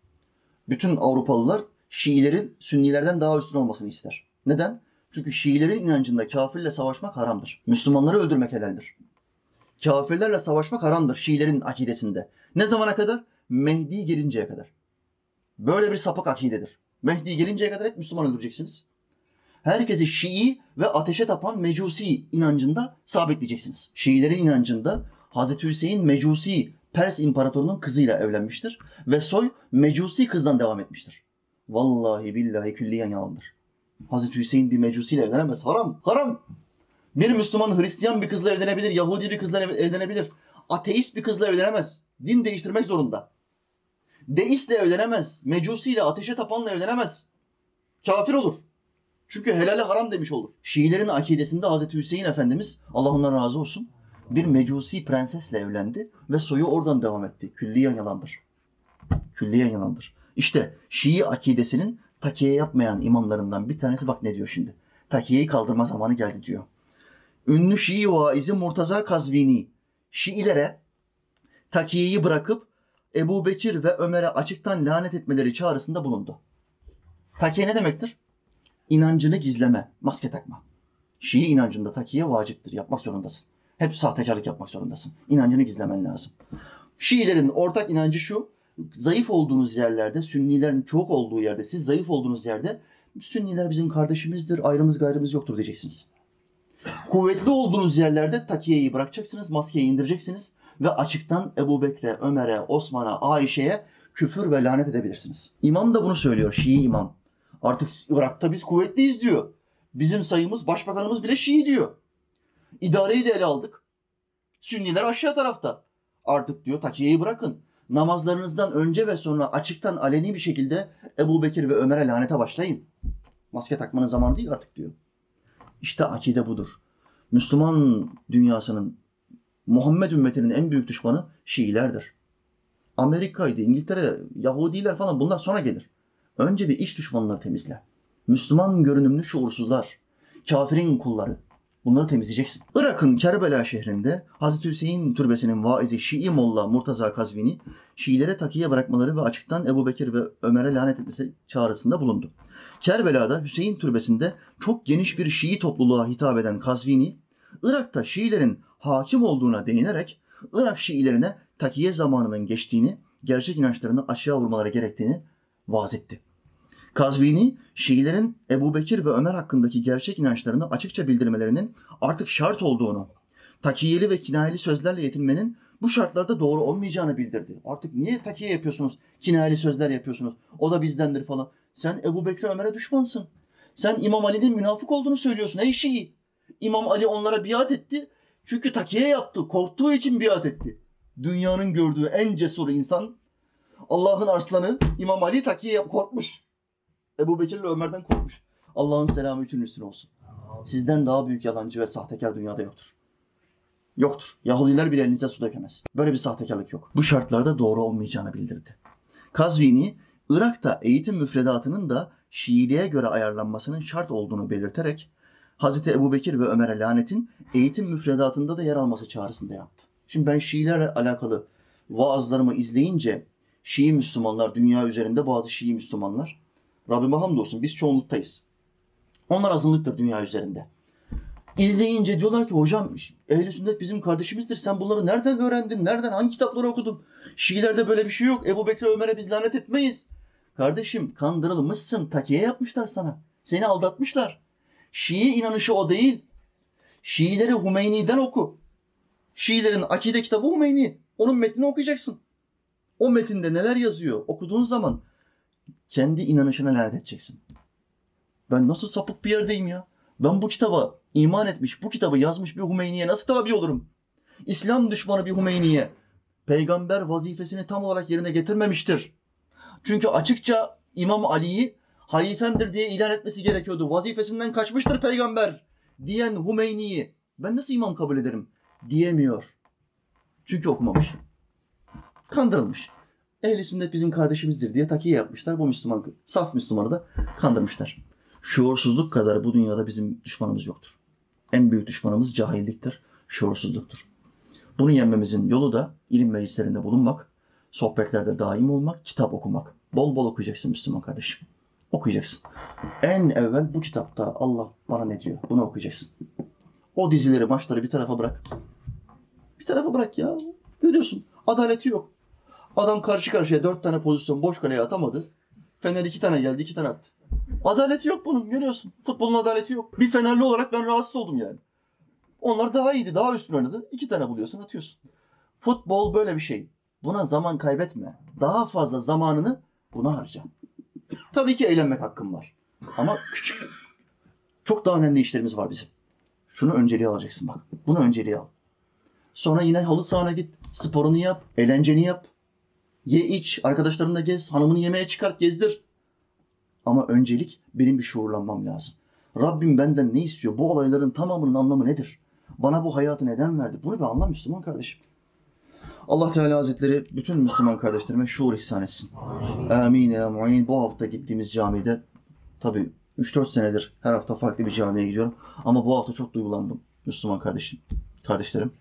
Bütün Avrupalılar Şiilerin Sünnilerden daha üstün olmasını ister. Neden? Çünkü Şiilerin inancında kafirle savaşmak haramdır. Müslümanları öldürmek helaldir. Kafirlerle savaşmak haramdır Şiilerin akidesinde. Ne zamana kadar? Mehdi gelinceye kadar. Böyle bir sapık akidedir. Mehdi gelinceye kadar hep Müslüman öldüreceksiniz. Herkesi Şii ve ateşe tapan Mecusi inancında sabitleyeceksiniz. Şiilerin inancında Hazreti Hüseyin Mecusi Pers imparatorunun kızıyla evlenmiştir ve soy Mecusi kızdan devam etmiştir. Vallahi billahi külliyen yalandır. Hazreti Hüseyin bir Mecusi ile evlenemez. Haram, haram. Bir Müslüman Hristiyan bir kızla evlenebilir, Yahudi bir kızla evlenebilir. Ateist bir kızla evlenemez. Din değiştirmek zorunda. Deistle evlenemez. Mecusi ile ateşe tapanla evlenemez. Kafir olur. Çünkü helale haram demiş olur. Şiilerin akidesinde Hazreti Hüseyin Efendimiz, Allah ondan razı olsun, bir Mecusi prensesle evlendi ve soyu oradan devam etti. Külliyen yalandır. Külliyen yalandır. İşte Şii akidesinin takiye yapmayan imamlarından bir tanesi bak ne diyor şimdi. Takiyeyi kaldırma zamanı geldi diyor. Ünlü Şii vaizi Murtaza Kazvini, Şiilere takiyeyi bırakıp Ebu Bekir ve Ömer'e açıktan lanet etmeleri çağrısında bulundu. Takiye ne demektir? İnancını gizleme, maske takma. Şii inancında takiye vaciptir, yapmak zorundasın. Hep sahtekarlık yapmak zorundasın. İnancını gizlemen lazım. Şiilerin ortak inancı şu, zayıf olduğunuz yerlerde, Sünnilerin çok olduğu yerde, siz zayıf olduğunuz yerde Sünniler bizim kardeşimizdir, ayrımız gayrımız yoktur diyeceksiniz. Kuvvetli olduğunuz yerlerde takiyeyi bırakacaksınız, maskeyi indireceksiniz ve açıktan Ebu Bekir'e, Ömer'e, Osman'a, Ayşe'ye küfür ve lanet edebilirsiniz. İmam da bunu söylüyor, Şii imam. Artık Irak'ta biz kuvvetliyiz diyor. Bizim sayımız, başbakanımız bile Şii diyor. İdareyi de ele aldık. Sünniler aşağı tarafta. Artık diyor takiyeyi bırakın. Namazlarınızdan önce ve sonra açıktan aleni bir şekilde Ebu Bekir ve Ömer'e lanete başlayın. Maske takmanın zamanı değil artık diyor. İşte akide budur. Müslüman dünyasının, Muhammed ümmetinin en büyük düşmanı Şiilerdir. Amerika'ydı, İngiltere, Yahudiler falan bunlar sonra gelir. Önce bir iç düşmanları temizle. Müslüman görünümlü şuursuzlar, kafirin kulları. Bunları temizleyeceksin. Irak'ın Kerbela şehrinde Hazreti Hüseyin türbesinin vaizi Şii Molla Murtaza Kazvini, Şiilere takiye bırakmaları ve açıktan Ebu Bekir ve Ömer'e lanet etmesi çağrısında bulundu. Kerbela'da Hüseyin türbesinde çok geniş bir Şii topluluğa hitap eden Kazvini, Irak'ta Şiilerin hakim olduğuna değinerek Irak Şiilerine takiye zamanının geçtiğini, gerçek inançlarını aşağı vurmaları gerektiğini vaaz etti. Kazvini, Şiilerin Ebu Bekir ve Ömer hakkındaki gerçek inançlarını açıkça bildirmelerinin artık şart olduğunu, takiyeli ve kinayeli sözlerle yetinmenin bu şartlarda doğru olmayacağını bildirdi. Artık niye takiye yapıyorsunuz, kinayeli sözler yapıyorsunuz, o da bizdendir falan. Sen Ebu Bekir Ömer'e düşmansın. Sen İmam Ali'nin münafık olduğunu söylüyorsun ey Şii. İmam Ali onlara biat etti çünkü takiye yaptı, korktuğu için biat etti. Dünyanın gördüğü en cesur insan, Allah'ın arslanı İmam Ali takiye korkmuş. Ebu Bekir'le Ömer'den korkmuş. Allah'ın selamı üçün üstüne olsun. Sizden daha büyük yalancı ve sahtekar dünyada yoktur. Yoktur. Yahudiler bile elinize su dökemez. Böyle bir sahtekarlık yok. Bu şartlarda doğru olmayacağını bildirdi. Kazvini, Irak'ta eğitim müfredatının da Şiiliğe göre ayarlanmasının şart olduğunu belirterek Hz. Ebubekir ve Ömer'e lanetin eğitim müfredatında da yer alması çağrısında yaptı. Şimdi ben Şiilerle alakalı vaazlarımı izleyince Şii Müslümanlar, dünya üzerinde bazı Şii Müslümanlar, Rabbime hamdolsun biz çoğunluktayız. Onlar azınlıktır dünya üzerinde. İzleyince diyorlar ki hocam Ehl-i Sünnet bizim kardeşimizdir. Sen bunları nereden öğrendin? Nereden? Hangi kitapları okudun? Şiilerde böyle bir şey yok. Ebu Bekir'e Ömer'e biz lanet etmeyiz. Kardeşim kandırılmışsın. Takiye yapmışlar sana. Seni aldatmışlar. Şii inanışı o değil. Şiileri Hümeyni'den oku. Şiilerin akide kitabı Hümeyni. Onun metnini okuyacaksın. O metinde neler yazıyor? Okuduğun zaman kendi inanışına lanet edeceksin. Ben nasıl sapık bir yerdeyim ya? Ben bu kitaba iman etmiş, bu kitabı yazmış bir Hümeyni'ye nasıl tabi olurum? İslam düşmanı bir Hümeyni'ye peygamber vazifesini tam olarak yerine getirmemiştir. Çünkü açıkça İmam Ali'yi halifemdir diye ilan etmesi gerekiyordu. Vazifesinden kaçmıştır peygamber diyen Hümeyni'yi ben nasıl imam kabul ederim diyemiyor. Çünkü okumamış. Kandırılmış. Ehl-i Sünnet bizim kardeşimizdir diye takiye yapmışlar. Bu Müslüman, saf Müslümanı da kandırmışlar. Şuursuzluk kadar bu dünyada bizim düşmanımız yoktur. En büyük düşmanımız cahilliktir, şuursuzluktur. Bunu yenmemizin yolu da ilim meclislerinde bulunmak, sohbetlerde daim olmak, kitap okumak. Bol bol okuyacaksın Müslüman kardeşim. Okuyacaksın. En evvel bu kitapta Allah bana ne diyor? Bunu okuyacaksın. O dizileri, maçları bir tarafa bırak. Bir tarafa bırak ya. Görüyorsun. Adaleti yok. Adam karşı karşıya 4 tane pozisyon boş kaleye atamadı. Fener 2 tane geldi, 2 tane attı. Adaleti yok bunun, görüyorsun. Futbolun adaleti yok. Bir Fenerli olarak ben rahatsız oldum yani. Onlar daha iyiydi, daha üstün oynadı. 2 tane buluyorsun, atıyorsun. Futbol böyle bir şey. Buna zaman kaybetme. Daha fazla zamanını buna harca. Tabii ki eğlenmek hakkım var. Ama küçük. Çok daha önemli işlerimiz var bizim. Şunu önceliğe alacaksın bak. Bunu önceliğe al. Sonra yine halı sahana git. Sporunu yap, eğlenceni yap. Ye iç, arkadaşlarınla gez, hanımını yemeğe çıkart, gezdir. Ama öncelik benim bir şuurlanmam lazım. Rabbim benden ne istiyor? Bu olayların tamamının anlamı nedir? Bana bu hayatı neden verdi? Bunu bir anla Müslüman kardeşim. Allah Teala Hazretleri bütün Müslüman kardeşlerime şuur ihsan etsin. Amin ya mu'in. Bu hafta gittiğimiz camide tabii 3-4 senedir her hafta farklı bir camiye gidiyorum. Ama bu hafta çok duygulandım Müslüman kardeşlerim.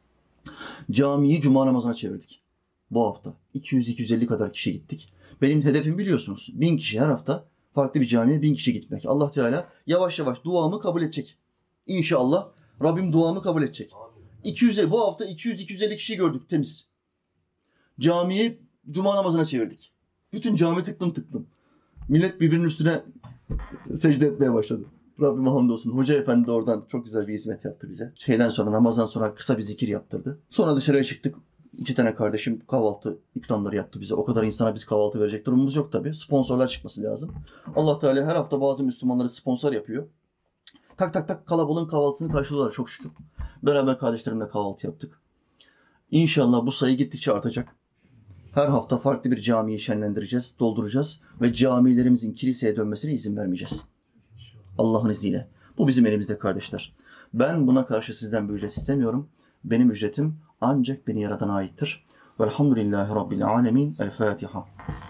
Camiyi cuma namazına çevirdik. Bu hafta 200-250 kadar kişi gittik. Benim hedefim biliyorsunuz 1000 kişi her hafta farklı bir camiye 1000 kişi gitmek. Allah Teala yavaş yavaş duamı kabul edecek. İnşallah Rabbim duamı kabul edecek. 200'e bu hafta 200-250 kişi gördük temiz. Camiyi cuma namazına çevirdik. Bütün cami tıklım. Millet birbirinin üstüne secde etmeye başladı. Rabbime hamdolsun. Hoca efendi de oradan çok güzel bir hizmet yaptı bize. Namazdan sonra kısa bir zikir yaptırdı. Sonra dışarıya çıktık. 2 tane kardeşim kahvaltı ikramları yaptı bize. O kadar insana biz kahvaltı verecek durumumuz yok tabii. Sponsorlar çıkması lazım. Allah Teala her hafta bazı Müslümanları sponsor yapıyor. Tak kalabalığın kahvaltısını karşılıyorlar çok şükür. Beraber kardeşlerimle kahvaltı yaptık. İnşallah bu sayı gittikçe artacak. Her hafta farklı bir camiyi şenlendireceğiz, dolduracağız ve camilerimizin kiliseye dönmesine izin vermeyeceğiz. Allah'ın izniyle. Bu bizim elimizde kardeşler. Ben buna karşı sizden bir ücret istemiyorum. Benim ücretim ancak beni yaradana aittir. Velhamdülillahi Rabbil alemin. El Fatiha.